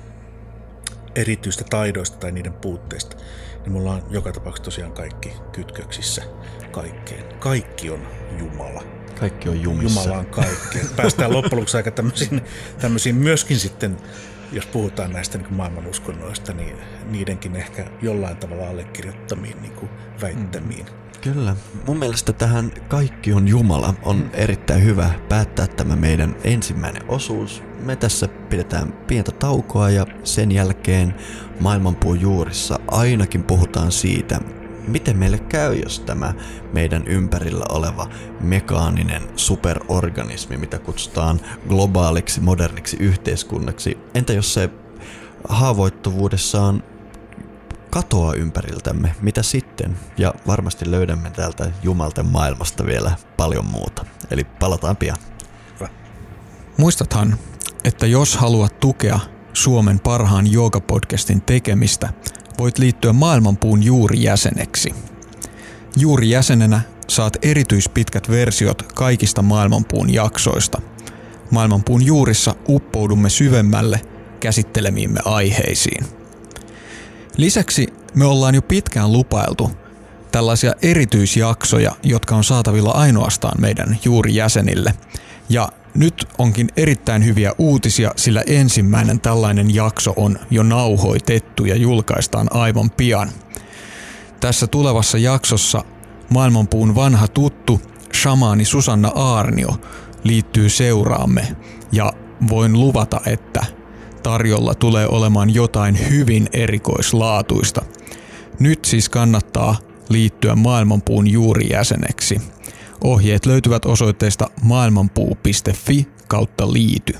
erityistä taidoista tai niiden puutteista, niin mulla on joka tapauksessa tosiaan kaikki kytköksissä kaikkeen. Kaikki on Jumala. Kaikki on jumissa. Jumala on kaikkeen. Päästään loppujen lopuksi aika tämmöisiin myöskin sitten, jos puhutaan näistä niin kuin maailman uskonnoista, niin niidenkin ehkä jollain tavalla allekirjoittamiin niin kuin väittämiin. Kyllä. Mun mielestä tähän kaikki on Jumala on erittäin hyvä päättää tämä meidän ensimmäinen osuus. me tässä pidetään pientä taukoa ja sen jälkeen Maailmanpuun juurissa ainakin puhutaan siitä, miten meille käy, jos tämä meidän ympärillä oleva mekaaninen superorganismi, mitä kutsutaan globaaliksi moderniksi yhteiskunnaksi, entä jos se haavoittuvuudessaan katoaa ympäriltämme, mitä sitten? Ja varmasti löydämme täältä jumalten maailmasta vielä paljon muuta. Eli palataan pian. Muistathan, että jos haluat tukea Suomen parhaan joogapodcastin tekemistä, voit liittyä Maailmanpuun juurijäseneksi. Juurijäsenenä saat erityispitkät versiot kaikista Maailmanpuun jaksoista. Maailmanpuun juurissa uppoudumme syvemmälle käsittelemiimme aiheisiin. Lisäksi me ollaan jo pitkään lupailtu tällaisia erityisjaksoja, jotka on saatavilla ainoastaan meidän juurijäsenille. Ja nyt onkin erittäin hyviä uutisia, sillä ensimmäinen tällainen jakso on jo nauhoitettu ja julkaistaan aivan pian. Tässä tulevassa jaksossa Maailmanpuun vanha tuttu shamaani Susanna Aarnio liittyy seuraamme ja voin luvata, että tarjolla tulee olemaan jotain hyvin erikoislaatuista. Nyt siis kannattaa liittyä Maailmanpuun juurijäseneksi. Ohjeet löytyvät osoitteesta maailmanpuu.fi/liity.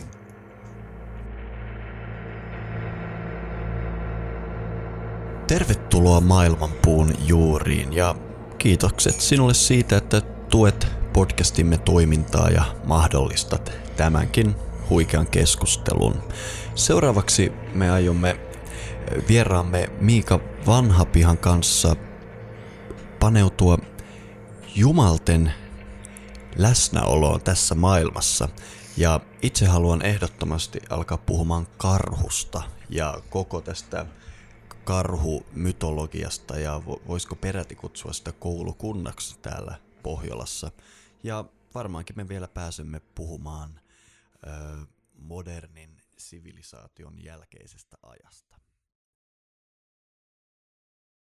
Tervetuloa Maailmanpuun juuriin ja kiitokset sinulle siitä, että tuet podcastimme toimintaa ja mahdollistat tämänkin huikean keskustelun. Seuraavaksi me aiomme vieraamme Miika Vanhapihan kanssa paneutua jumalten läsnäoloon tässä maailmassa. Ja itse haluan ehdottomasti alkaa puhumaan karhusta ja koko tästä karhumytologiasta ja voisiko peräti kutsua sitä koulukunnaksi täällä Pohjolassa. Ja varmaankin me vielä pääsemme puhumaan modernin sivilisaation jälkeisestä ajasta.